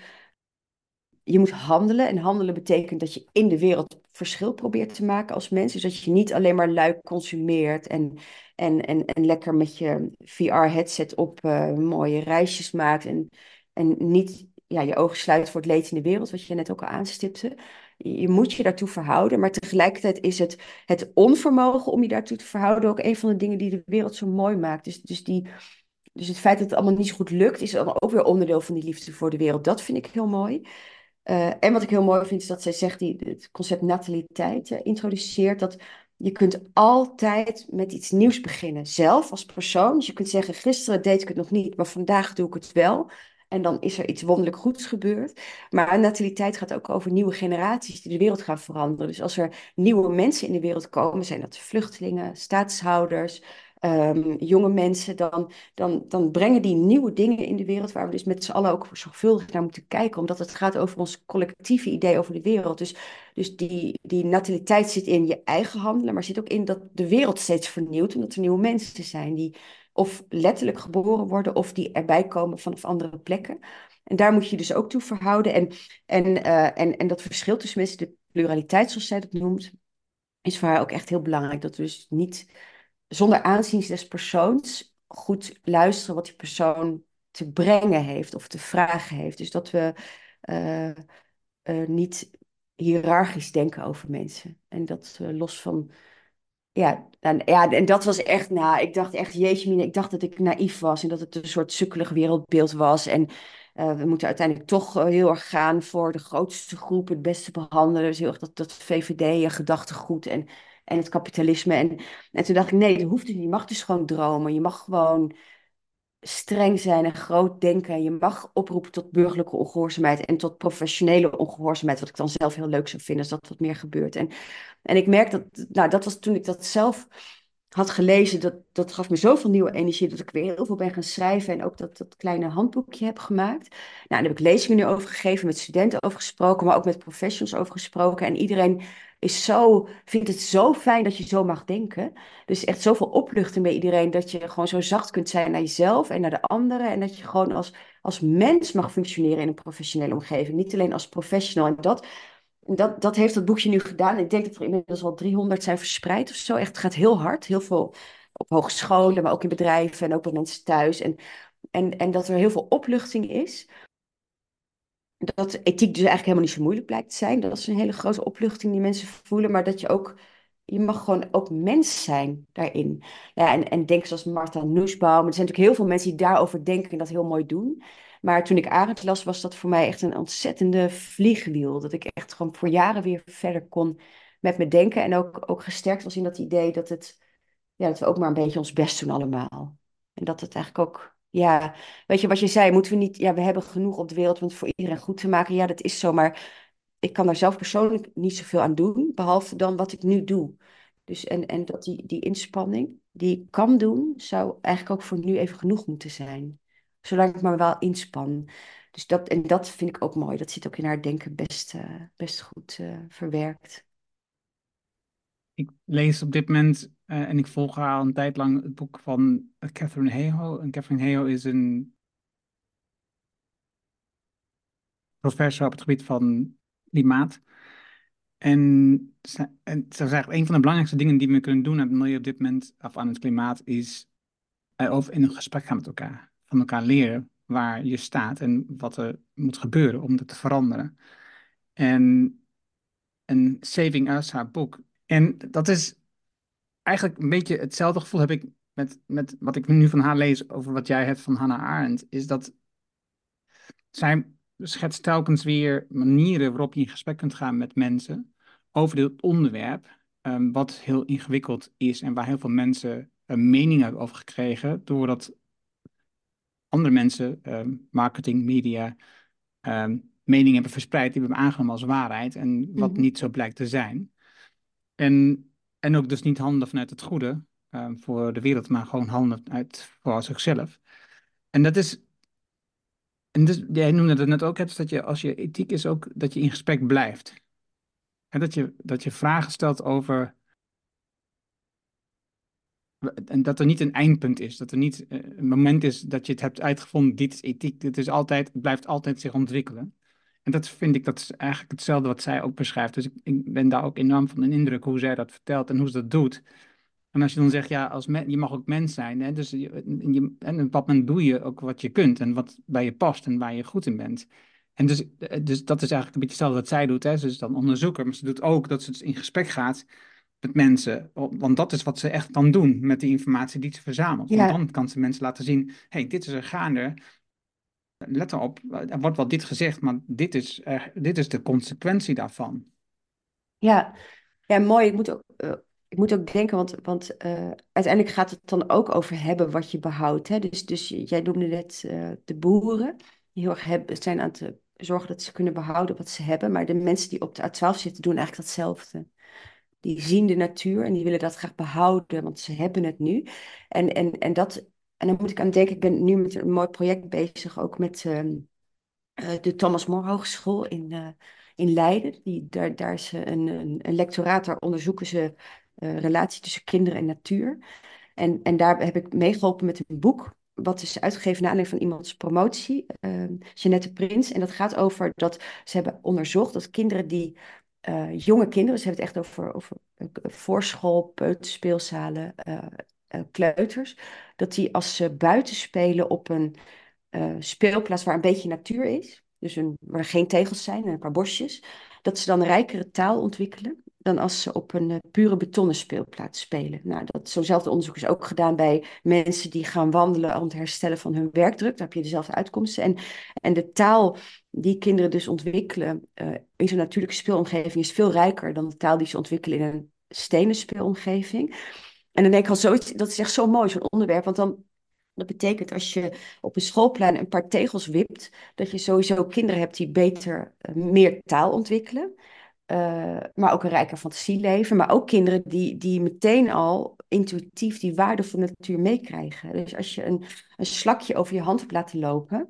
Je moet handelen. En handelen betekent dat je in de wereld verschil probeert te maken als mens. Dus dat je niet alleen maar lui consumeert en lekker met je VR-headset op mooie reisjes maakt. En niet je ogen sluit voor het leed in de wereld, wat je net ook al aanstipte. Je moet je daartoe verhouden, maar tegelijkertijd is het onvermogen om je daartoe te verhouden ook een van de dingen die de wereld zo mooi maakt. Dus het feit dat het allemaal niet zo goed lukt, is dan ook weer onderdeel van die liefde voor de wereld. Dat vind ik heel mooi. En wat ik heel mooi vind, is dat zij zegt, het concept nataliteit introduceert, dat je kunt altijd met iets nieuws beginnen. Zelf als persoon. Dus je kunt zeggen, gisteren deed ik het nog niet, maar vandaag doe ik het wel. En dan is er iets wonderlijk goeds gebeurd. Maar nataliteit gaat ook over nieuwe generaties die de wereld gaan veranderen. Dus als er nieuwe mensen in de wereld komen, zijn dat vluchtelingen, staatshouders, jonge mensen, dan brengen die nieuwe dingen in de wereld waar we dus met z'n allen ook zorgvuldig naar moeten kijken, omdat het gaat over ons collectieve idee over de wereld. Dus die nataliteit zit in je eigen handelen, maar zit ook in dat de wereld steeds vernieuwt, omdat er nieuwe mensen zijn die of letterlijk geboren worden of die erbij komen vanaf andere plekken. En daar moet je dus ook toe verhouden. En dat verschil tussen mensen, de pluraliteit zoals zij dat noemt, is voor haar ook echt heel belangrijk. Dat we dus niet zonder aanzien des persoons goed luisteren wat die persoon te brengen heeft of te vragen heeft. Dus dat we niet hiërarchisch denken over mensen. En dat we los van. Ja, en dat was echt, nou, ik dacht echt, jeetje mine, ik dacht dat ik naïef was en dat het een soort sukkelig wereldbeeld was. En we moeten uiteindelijk toch heel erg gaan voor de grootste groep, het beste behandelen. Dus heel erg dat VVD-gedachtegoed en het kapitalisme. En toen dacht ik, nee, dat hoeft dus niet. Je mag dus gewoon dromen. Je mag gewoon streng zijn en groot denken. Je mag oproepen tot burgerlijke ongehoorzaamheid en tot professionele ongehoorzaamheid, wat ik dan zelf heel leuk zou vinden als dat wat meer gebeurt. En ik merk dat, nou, dat was toen ik dat zelf had gelezen, dat gaf me zoveel nieuwe energie dat ik weer heel veel ben gaan schrijven en ook dat kleine handboekje heb gemaakt. Nou, daar heb ik lezingen nu over gegeven, met studenten over gesproken, maar ook met professionals over gesproken. En iedereen vindt het zo fijn dat je zo mag denken. Dus echt zoveel opluchting bij iedereen dat je gewoon zo zacht kunt zijn naar jezelf en naar de anderen. En dat je gewoon als mens mag functioneren in een professionele omgeving. Niet alleen als professional. En dat heeft dat boekje nu gedaan. Ik denk dat er inmiddels al 300 zijn verspreid of zo. Echt, het gaat heel hard. Heel veel op hogescholen, maar ook in bedrijven en ook bij mensen thuis. En dat er heel veel opluchting is. Dat ethiek dus eigenlijk helemaal niet zo moeilijk blijkt te zijn. Dat is een hele grote opluchting die mensen voelen. Maar dat je mag gewoon ook mens zijn daarin. Ja, en denk zoals Martha Nussbaum. Er zijn natuurlijk heel veel mensen die daarover denken en dat heel mooi doen. Maar toen ik Arendt las, was dat voor mij echt een ontzettende vliegwiel. Dat ik echt gewoon voor jaren weer verder kon met me denken. En ook gesterkt was in dat idee dat we ook maar een beetje ons best doen allemaal. En dat het eigenlijk ook, ja, weet je wat je zei, moeten we niet, ja, we hebben genoeg op de wereld om het voor iedereen goed te maken. Ja, dat is zo, maar ik kan daar zelf persoonlijk niet zoveel aan doen, behalve dan wat ik nu doe. Dus en dat die inspanning die ik kan doen, zou eigenlijk ook voor nu even genoeg moeten zijn. Zolang ik maar wel inspan. Dus dat vind ik ook mooi. Dat zit ook in haar denken best goed verwerkt. Ik lees op dit moment en ik volg haar al een tijd lang het boek van Catherine Hayhoe. En Catherine Hayhoe is een professor op het gebied van klimaat. En ze zegt, een van de belangrijkste dingen die we kunnen doen aan het milieu op dit moment, of aan het klimaat, is over in een gesprek gaan met elkaar. Van elkaar leren waar je staat en wat er moet gebeuren om dat te veranderen. En Saving Us, haar boek. En dat is eigenlijk een beetje hetzelfde gevoel heb ik met wat ik nu van haar lees over wat jij hebt van Hannah Arendt. Is dat zij schetst telkens weer manieren waarop je in gesprek kunt gaan met mensen over dit onderwerp, wat heel ingewikkeld is en waar heel veel mensen een mening hebben over gekregen, doordat andere mensen, marketing, media, meningen hebben verspreid, die we hebben aangenomen als waarheid en wat Mhm. niet zo blijkt te zijn. En ook dus niet handelen vanuit het goede voor de wereld, maar gewoon handelen voor zichzelf. En dat is. En dus, jij noemde het net ook, hè, dus dat je, als je ethiek is ook dat je in gesprek blijft. En dat je vragen stelt over. En dat er niet een eindpunt is. Dat er niet een moment is dat je het hebt uitgevonden, dit is ethiek. Het blijft altijd zich ontwikkelen. En dat vind ik, dat is eigenlijk hetzelfde wat zij ook beschrijft. Dus ik ben daar ook enorm van de indruk hoe zij dat vertelt en hoe ze dat doet. En als je dan zegt, ja, je mag ook mens zijn. Hè, dus en op een bepaald moment doe je ook wat je kunt en wat bij je past en waar je goed in bent. En dus dat is eigenlijk een beetje hetzelfde wat zij doet. Hè. Ze is dan onderzoeker, maar ze doet ook dat ze dus in gesprek gaat met mensen. Want dat is wat ze echt dan doen met de informatie die ze verzamelt. Want Ja, dan kan ze mensen laten zien, hey, dit is er gaande. Let erop, er wordt wel dit gezegd, maar dit is de consequentie daarvan. ja. Ja, mooi. Ik moet ook denken, want uiteindelijk gaat het dan ook over hebben wat je behoudt. Hè? Dus jij noemde net de boeren, die heel erg zijn aan het zorgen dat ze kunnen behouden wat ze hebben. Maar de mensen die op de A12 zitten, doen eigenlijk datzelfde. Die zien de natuur en die willen dat graag behouden, want ze hebben het nu. En dan moet ik aan denken, ik ben nu met een mooi project bezig, ook met de Thomas More Hogeschool in Leiden. Daar is een lectoraat, daar onderzoeken ze relatie tussen kinderen en natuur. En daar heb ik meegeholpen met een boek, wat is uitgegeven naar aanleiding van iemands promotie, Jeanette Prins. En dat gaat over dat ze hebben onderzocht dat kinderen die, jonge kinderen, ze hebben het echt over voorschool, peuterspeelzalen, kleuters, dat die als ze buiten spelen op een speelplaats waar een beetje natuur is, dus waar geen tegels zijn en een paar bosjes, dat ze dan een rijkere taal ontwikkelen dan als ze op een pure betonnen speelplaats spelen. Nou, zo'nzelfde onderzoek is ook gedaan bij mensen die gaan wandelen om het herstellen van hun werkdruk. Daar heb je dezelfde uitkomsten. En de taal die kinderen dus ontwikkelen in zo'n natuurlijke speelomgeving is veel rijker dan de taal die ze ontwikkelen in een stenen speelomgeving. En dan denk ik al zoiets, dat is echt zo mooi, zo'n onderwerp, want dan dat betekent als je op een schoolplein een paar tegels wipt, dat je sowieso kinderen hebt die beter, meer taal ontwikkelen. Maar ook een rijker fantasieleven. Maar ook kinderen die meteen al intuïtief die waarde van de natuur meekrijgen. Dus als je een slakje over je hand hebt laten lopen,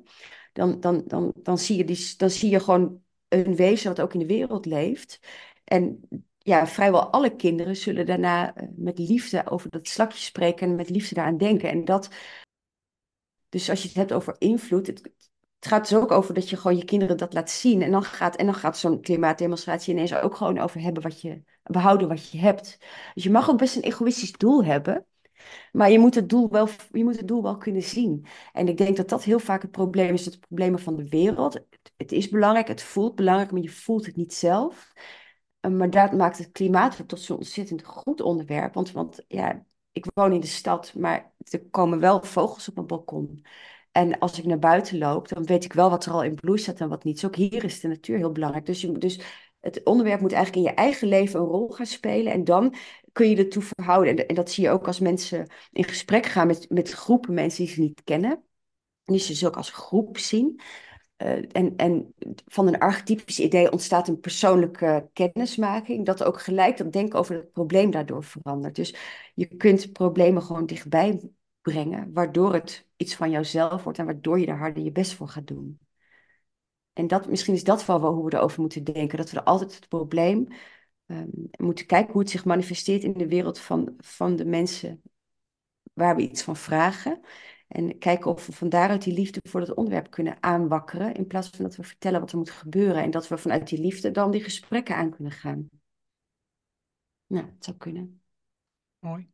dan zie je gewoon een wezen wat ook in de wereld leeft. En ja, vrijwel alle kinderen zullen daarna met liefde over dat slakje spreken en met liefde daaraan denken. Dus als je het hebt over invloed, het gaat dus ook over dat je gewoon je kinderen dat laat zien. En dan gaat zo'n klimaatdemonstratie ineens ook gewoon over hebben behouden wat je hebt. Dus je mag ook best een egoïstisch doel hebben, maar je moet het doel wel kunnen zien. En ik denk dat dat heel vaak het probleem is, het probleem van de wereld. Het is belangrijk, het voelt belangrijk, maar je voelt het niet zelf. Maar dat maakt het klimaat tot zo'n ontzettend goed onderwerp. Want ja, ik woon in de stad, maar er komen wel vogels op mijn balkon. En als ik naar buiten loop, dan weet ik wel wat er al in bloei staat en wat niet. Dus ook hier is de natuur heel belangrijk. Dus het onderwerp moet eigenlijk in je eigen leven een rol gaan spelen. En dan kun je ertoe verhouden. En dat zie je ook als mensen in gesprek gaan met groepen mensen die ze niet kennen. Die ze dus ook als groep zien. En van een archetypisch idee ontstaat een persoonlijke kennismaking, dat ook gelijk dat denken over het probleem daardoor verandert. Dus je kunt problemen gewoon dichtbij brengen, waardoor het iets van jouzelf wordt en waardoor je er harder je best voor gaat doen. En misschien is dat wel hoe we erover moeten denken, dat we er altijd het probleem moeten kijken hoe het zich manifesteert in de wereld van de mensen waar we iets van vragen. En kijken of we van daaruit die liefde voor het onderwerp kunnen aanwakkeren. In plaats van dat we vertellen wat er moet gebeuren. En dat we vanuit die liefde dan die gesprekken aan kunnen gaan. Nou, het zou kunnen. Mooi.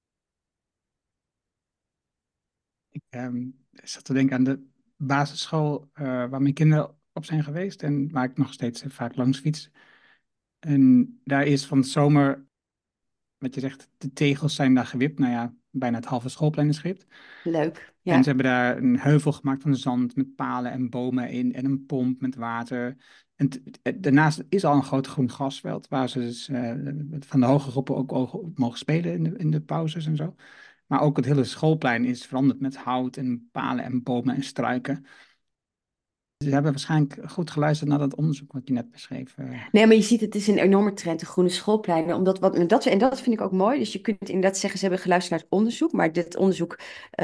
Ik zat te denken aan de basisschool waar mijn kinderen op zijn geweest en waar ik nog steeds vaak langs fiets. En daar is van de zomer, wat je zegt, de tegels zijn daar gewipt. Nou ja, bijna het halve schoolplein is gewipt. Leuk, En ja. ze hebben daar een heuvel gemaakt van zand met palen en bomen in en een pomp met water. En daarnaast is al een groot groen grasveld waar ze dus, van de hoge groepen ook op mogen spelen in de pauzes en zo. Maar ook het hele schoolplein is veranderd met hout en palen en bomen en struiken. Ze hebben waarschijnlijk goed geluisterd naar dat onderzoek wat je net beschreef. Nee, maar je ziet, het is een enorme trend, de groene schoolpleinen. En dat vind ik ook mooi. Dus je kunt inderdaad zeggen, ze hebben geluisterd naar het onderzoek. Maar dit onderzoek,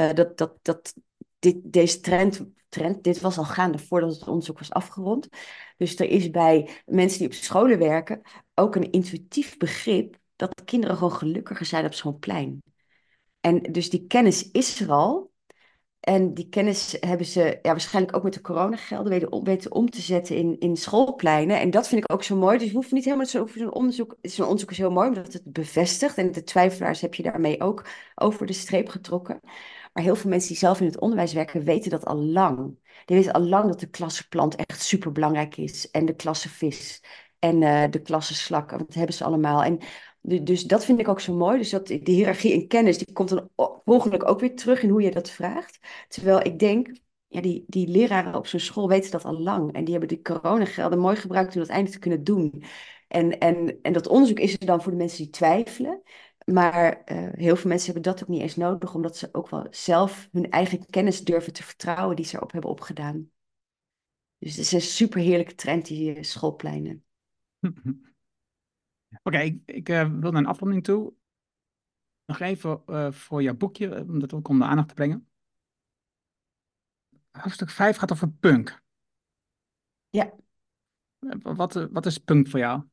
deze trend, dit was al gaande voordat het onderzoek was afgerond. Dus er is bij mensen die op scholen werken ook een intuïtief begrip dat kinderen gewoon gelukkiger zijn op zo'n plein. En dus die kennis is er al. En die kennis hebben ze ja, waarschijnlijk ook met de coronagelden weten om te zetten in schoolpleinen. En dat vind ik ook zo mooi. Dus je hoeft niet helemaal zo'n onderzoek. Zo'n onderzoek is heel mooi omdat het bevestigt. En de twijfelaars heb je daarmee ook over de streep getrokken. Maar heel veel mensen die zelf in het onderwijs werken, weten dat al lang. Die weten al lang dat de klasseplant echt super belangrijk is. En de klassenvis. En de klassenslak. Want dat hebben ze allemaal. En dus dat vind ik ook zo mooi. Dus dat de hiërarchie in kennis, die komt dan mogelijk ook weer terug in hoe je dat vraagt. Terwijl ik denk, ja, die leraren op zo'n school weten dat al lang. En die hebben die coronagelden mooi gebruikt om dat eindelijk te kunnen doen. En dat onderzoek is er dan voor de mensen die twijfelen. Maar heel veel mensen hebben dat ook niet eens nodig, omdat ze ook wel zelf hun eigen kennis durven te vertrouwen die ze erop hebben opgedaan. Dus het is een super heerlijke trend, die schoolpleinen. Oké, ik wil naar een afronding toe. Nog even voor jouw boekje, om dat ook onder aandacht te brengen. Hoofdstuk 5 gaat over punk. Ja, Wat is punk voor jou?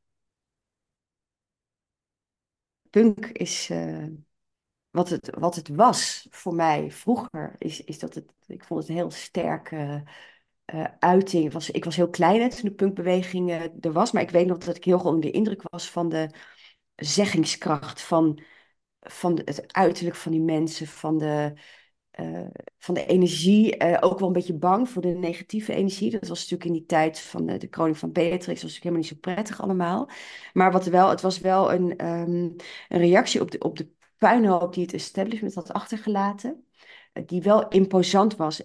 punk is wat het was voor mij vroeger. Is dat ik vond het een heel sterke uiting. Ik was heel klein hè, toen de punkbeweging er was. Maar ik weet nog dat ik heel erg onder de indruk was van de zeggingskracht. Van het uiterlijk van die mensen. Eh, van de energie. Ook wel een beetje bang voor de negatieve energie. Dat was natuurlijk in die tijd van de kroning van Beatrix. Dat was natuurlijk helemaal niet zo prettig allemaal. Maar het was wel een reactie op de puinhoop die het establishment had achtergelaten. Die wel imposant was.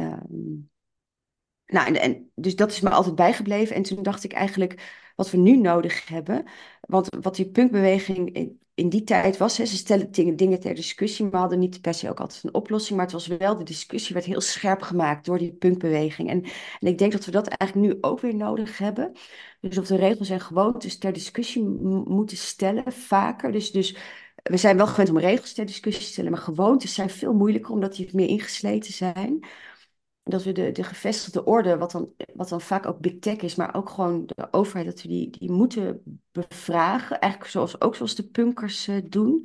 Nou, dus dat is me altijd bijgebleven. En toen dacht ik eigenlijk, wat we nu nodig hebben. Want wat die punkbeweging in die tijd was, hè, ze stellen dingen ter discussie, maar hadden niet per se ook altijd een oplossing. Maar het was wel, de discussie werd heel scherp gemaakt door die punkbeweging. En ik denk dat we dat eigenlijk nu ook weer nodig hebben. Dus of de regels en gewoontes ter discussie moeten stellen, vaker. Dus we zijn wel gewend om regels ter discussie te stellen, maar gewoontes zijn veel moeilijker omdat die meer ingesleten zijn. Dat we de gevestigde orde, wat dan vaak ook big tech is, maar ook gewoon de overheid, dat we die moeten bevragen. Eigenlijk ook zoals de punkers doen.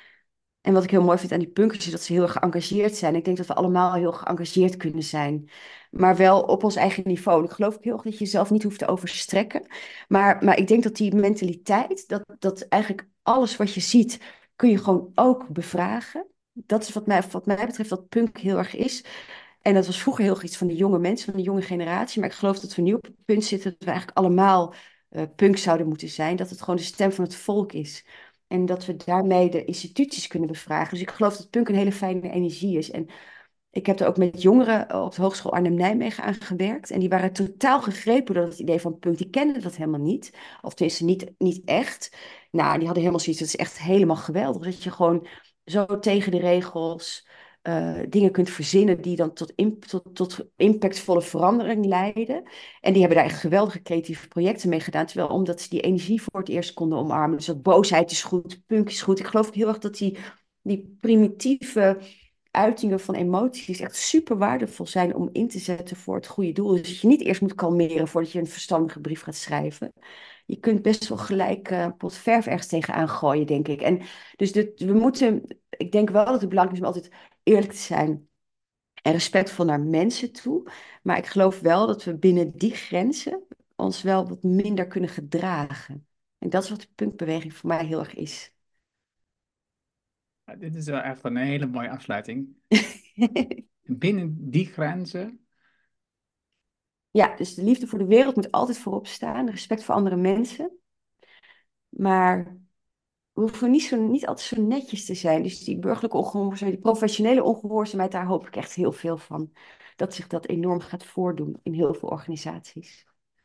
En wat ik heel mooi vind aan die punkers is dat ze heel erg geëngageerd zijn. Ik denk dat we allemaal heel geëngageerd kunnen zijn. Maar wel op ons eigen niveau. En ik geloof ook heel erg dat je jezelf niet hoeft te overstrekken. Maar ik denk dat die mentaliteit, dat eigenlijk alles wat je ziet, kun je gewoon ook bevragen. Dat is wat mij betreft wat punk heel erg is. En dat was vroeger heel erg iets van de jonge mensen, van de jonge generatie. Maar ik geloof dat we nu op het punt zitten dat we eigenlijk allemaal punk zouden moeten zijn. Dat het gewoon de stem van het volk is. En dat we daarmee de instituties kunnen bevragen. Dus ik geloof dat punk een hele fijne energie is. En ik heb er ook met jongeren op de Hogeschool Arnhem-Nijmegen aan gewerkt. En die waren totaal gegrepen door het idee van punk. Die kenden dat helemaal niet. Of tenminste niet echt. Nou, die hadden helemaal zoiets. Dat is echt helemaal geweldig. Dat je gewoon zo tegen de regels dingen kunt verzinnen die dan tot impactvolle verandering leiden. En die hebben daar echt geweldige creatieve projecten mee gedaan. Terwijl omdat ze die energie voor het eerst konden omarmen. Dus dat boosheid is goed, punk is goed. Ik geloof ook heel erg dat die primitieve uitingen van emoties echt super waardevol zijn om in te zetten voor het goede doel. Dus dat je niet eerst moet kalmeren voordat je een verstandige brief gaat schrijven. Je kunt best wel gelijk pot verf ergens tegenaan gooien, denk ik. En dus we moeten, ik denk wel dat het belangrijk is om altijd eerlijk te zijn en respectvol naar mensen toe. Maar ik geloof wel dat we binnen die grenzen ons wel wat minder kunnen gedragen. En dat is wat de punkbeweging voor mij heel erg is. Dit is wel echt een hele mooie afsluiting. Binnen die grenzen. Ja, dus de liefde voor de wereld moet altijd voorop staan. Respect voor andere mensen. Maar we hoeven niet altijd zo netjes te zijn. Dus die burgerlijke ongehoorzaamheid, die professionele ongehoorzaamheid, daar hoop ik echt heel veel van. Dat zich dat enorm gaat voordoen in heel veel organisaties.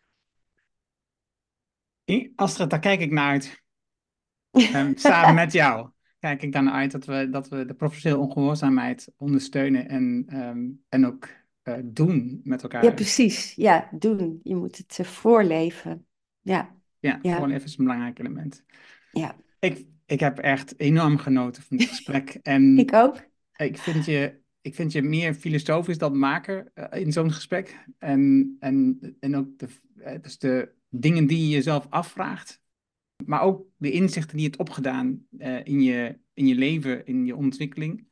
Astrid, daar kijk ik naar uit. Samen met jou kijk ik dan uit dat we de professionele ongehoorzaamheid ondersteunen en ook doen met Ja, elkaar. precies. Ja, doen. Je moet het voorleven. Ja, Ja, ja, voorleven is een belangrijk element. ja. Ik heb echt enorm genoten van dit gesprek. Ik En ook. ik vind je meer filosofisch dan maker in zo'n gesprek. En ook dus de dingen die je jezelf afvraagt. Maar ook de inzichten die je hebt opgedaan in je leven, in je ontwikkeling.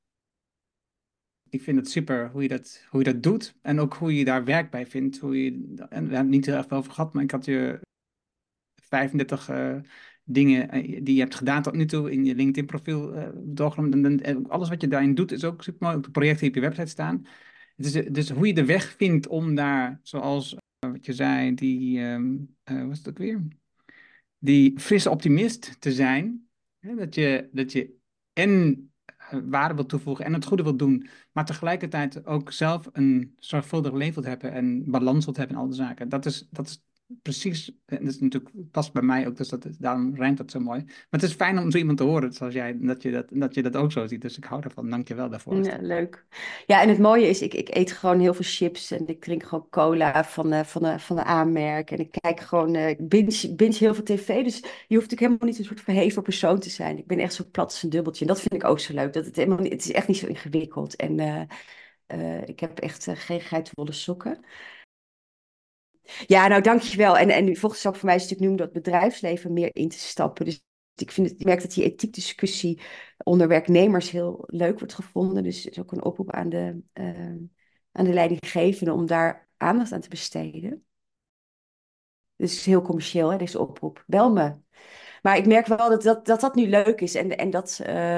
Ik vind het super hoe je dat doet. En ook hoe je daar werk bij vindt. En we hebben het niet heel erg over gehad, maar ik had je 35 dingen die je hebt gedaan tot nu toe in je LinkedIn-profiel doorgenomen. En alles wat je daarin doet is ook super mooi. Ook de projecten die op je website staan. Dus hoe je de weg vindt om daar, zoals wat je zei, was het ook weer? Die frisse optimist te zijn. Hè, dat je en waarde wil toevoegen en het goede wil doen, maar tegelijkertijd ook zelf een zorgvuldig leven wilt hebben en balans wilt hebben in al die zaken. precies, en dat is natuurlijk, past bij mij ook, dus daarom rijmt dat zo mooi. Maar het is fijn om zo iemand te horen, zoals jij, dat je dat ook zo ziet. Dus ik hou ervan. Dank je wel daarvoor. Ja, leuk. Ja, en het mooie is, ik eet gewoon heel veel chips en ik drink gewoon cola van de A-merk. En ik kijk gewoon, ik binge heel veel tv. Dus je hoeft natuurlijk helemaal niet een soort verheven persoon te zijn. Ik ben echt zo plat als een dubbeltje. En dat vind ik ook zo leuk. Dat het is echt niet zo ingewikkeld. En ik heb echt geen geitenwolle sokken. Ja, nou dankjewel. En volgens stap voor mij is het natuurlijk nu om dat bedrijfsleven meer in te stappen. Dus ik merk dat die ethiekdiscussie onder werknemers heel leuk wordt gevonden. Dus het is ook een oproep aan de leidinggevende om daar aandacht aan te besteden. Dus het is heel commercieel, hè, deze oproep. Bel me. Maar ik merk wel dat nu leuk is en dat...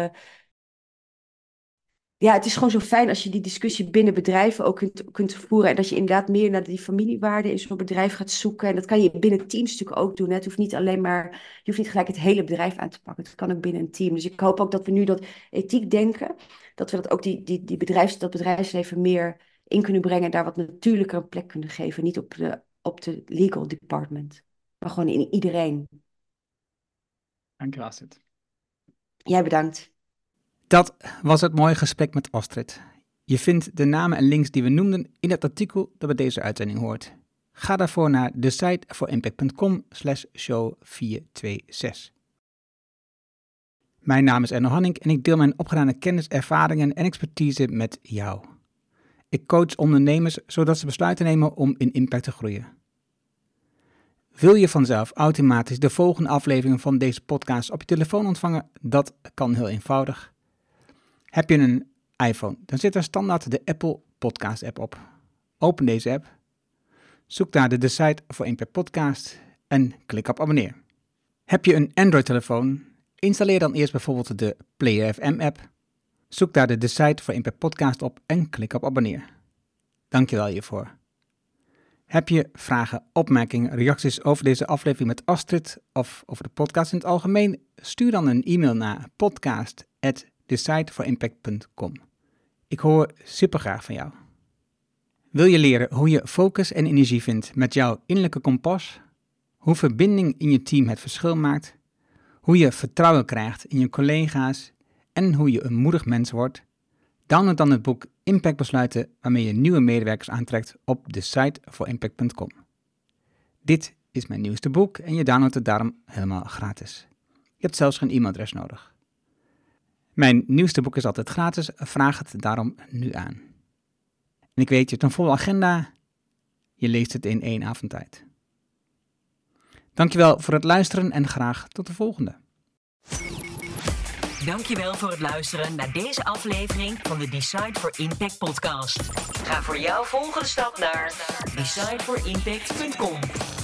Ja, het is gewoon zo fijn als je die discussie binnen bedrijven ook kunt voeren. En dat je inderdaad meer naar die familiewaarden in zo'n bedrijf gaat zoeken. En dat kan je binnen teams natuurlijk ook doen. Hè. Het hoeft niet alleen maar, je hoeft niet gelijk het hele bedrijf aan te pakken. Het kan ook binnen een team. Dus ik hoop ook dat we nu dat ethiek denken, dat we dat ook dat bedrijfsleven meer in kunnen brengen. En daar wat natuurlijker een plek kunnen geven. Niet op de legal department, maar gewoon in iedereen. Dank je wel, Astrid. Jij bedankt. Dat was het mooie gesprek met Astrid. Je vindt de namen en links die we noemden in het artikel dat bij deze uitzending hoort. Ga daarvoor naar thesiteforimpact.com/show 426. Mijn naam is Erno Hanning en ik deel mijn opgedane kennis, ervaringen en expertise met jou. Ik coach ondernemers zodat ze besluiten nemen om in impact te groeien. Wil je vanzelf automatisch de volgende afleveringen van deze podcast op je telefoon ontvangen? Dat kan heel eenvoudig. Heb je een iPhone, dan zit er standaard de Apple Podcast app op. Open deze app, zoek naar de Decide for Impact podcast en klik op abonneer. Heb je een Android-telefoon, installeer dan eerst bijvoorbeeld de Player FM app, zoek daar de Decide for Impact podcast op en klik op abonneer. Dankjewel hiervoor. Heb je vragen, opmerkingen, reacties over deze aflevering met Astrid of over de podcast in het algemeen? Stuur dan een e-mail naar podcast@decideforimpact.com. Ik hoor supergraag van jou. Wil je leren hoe je focus en energie vindt met jouw innerlijke kompas? Hoe verbinding in je team het verschil maakt? Hoe je vertrouwen krijgt in je collega's? En hoe je een moedig mens wordt? Download dan het boek Impact Besluiten waarmee je nieuwe medewerkers aantrekt op thesiteforimpact.com. Dit is mijn nieuwste boek en je downloadt het daarom helemaal gratis. Je hebt zelfs geen e-mailadres nodig. Mijn nieuwste boek is altijd gratis, vraag het daarom nu aan. En ik weet, je hebt een volle agenda, je leest het in 1 avond tijd. Dankjewel voor het luisteren en graag tot de volgende. Dankjewel voor het luisteren naar deze aflevering van de Decide for Impact podcast. Ga voor jouw volgende stap naar decideforimpact.com.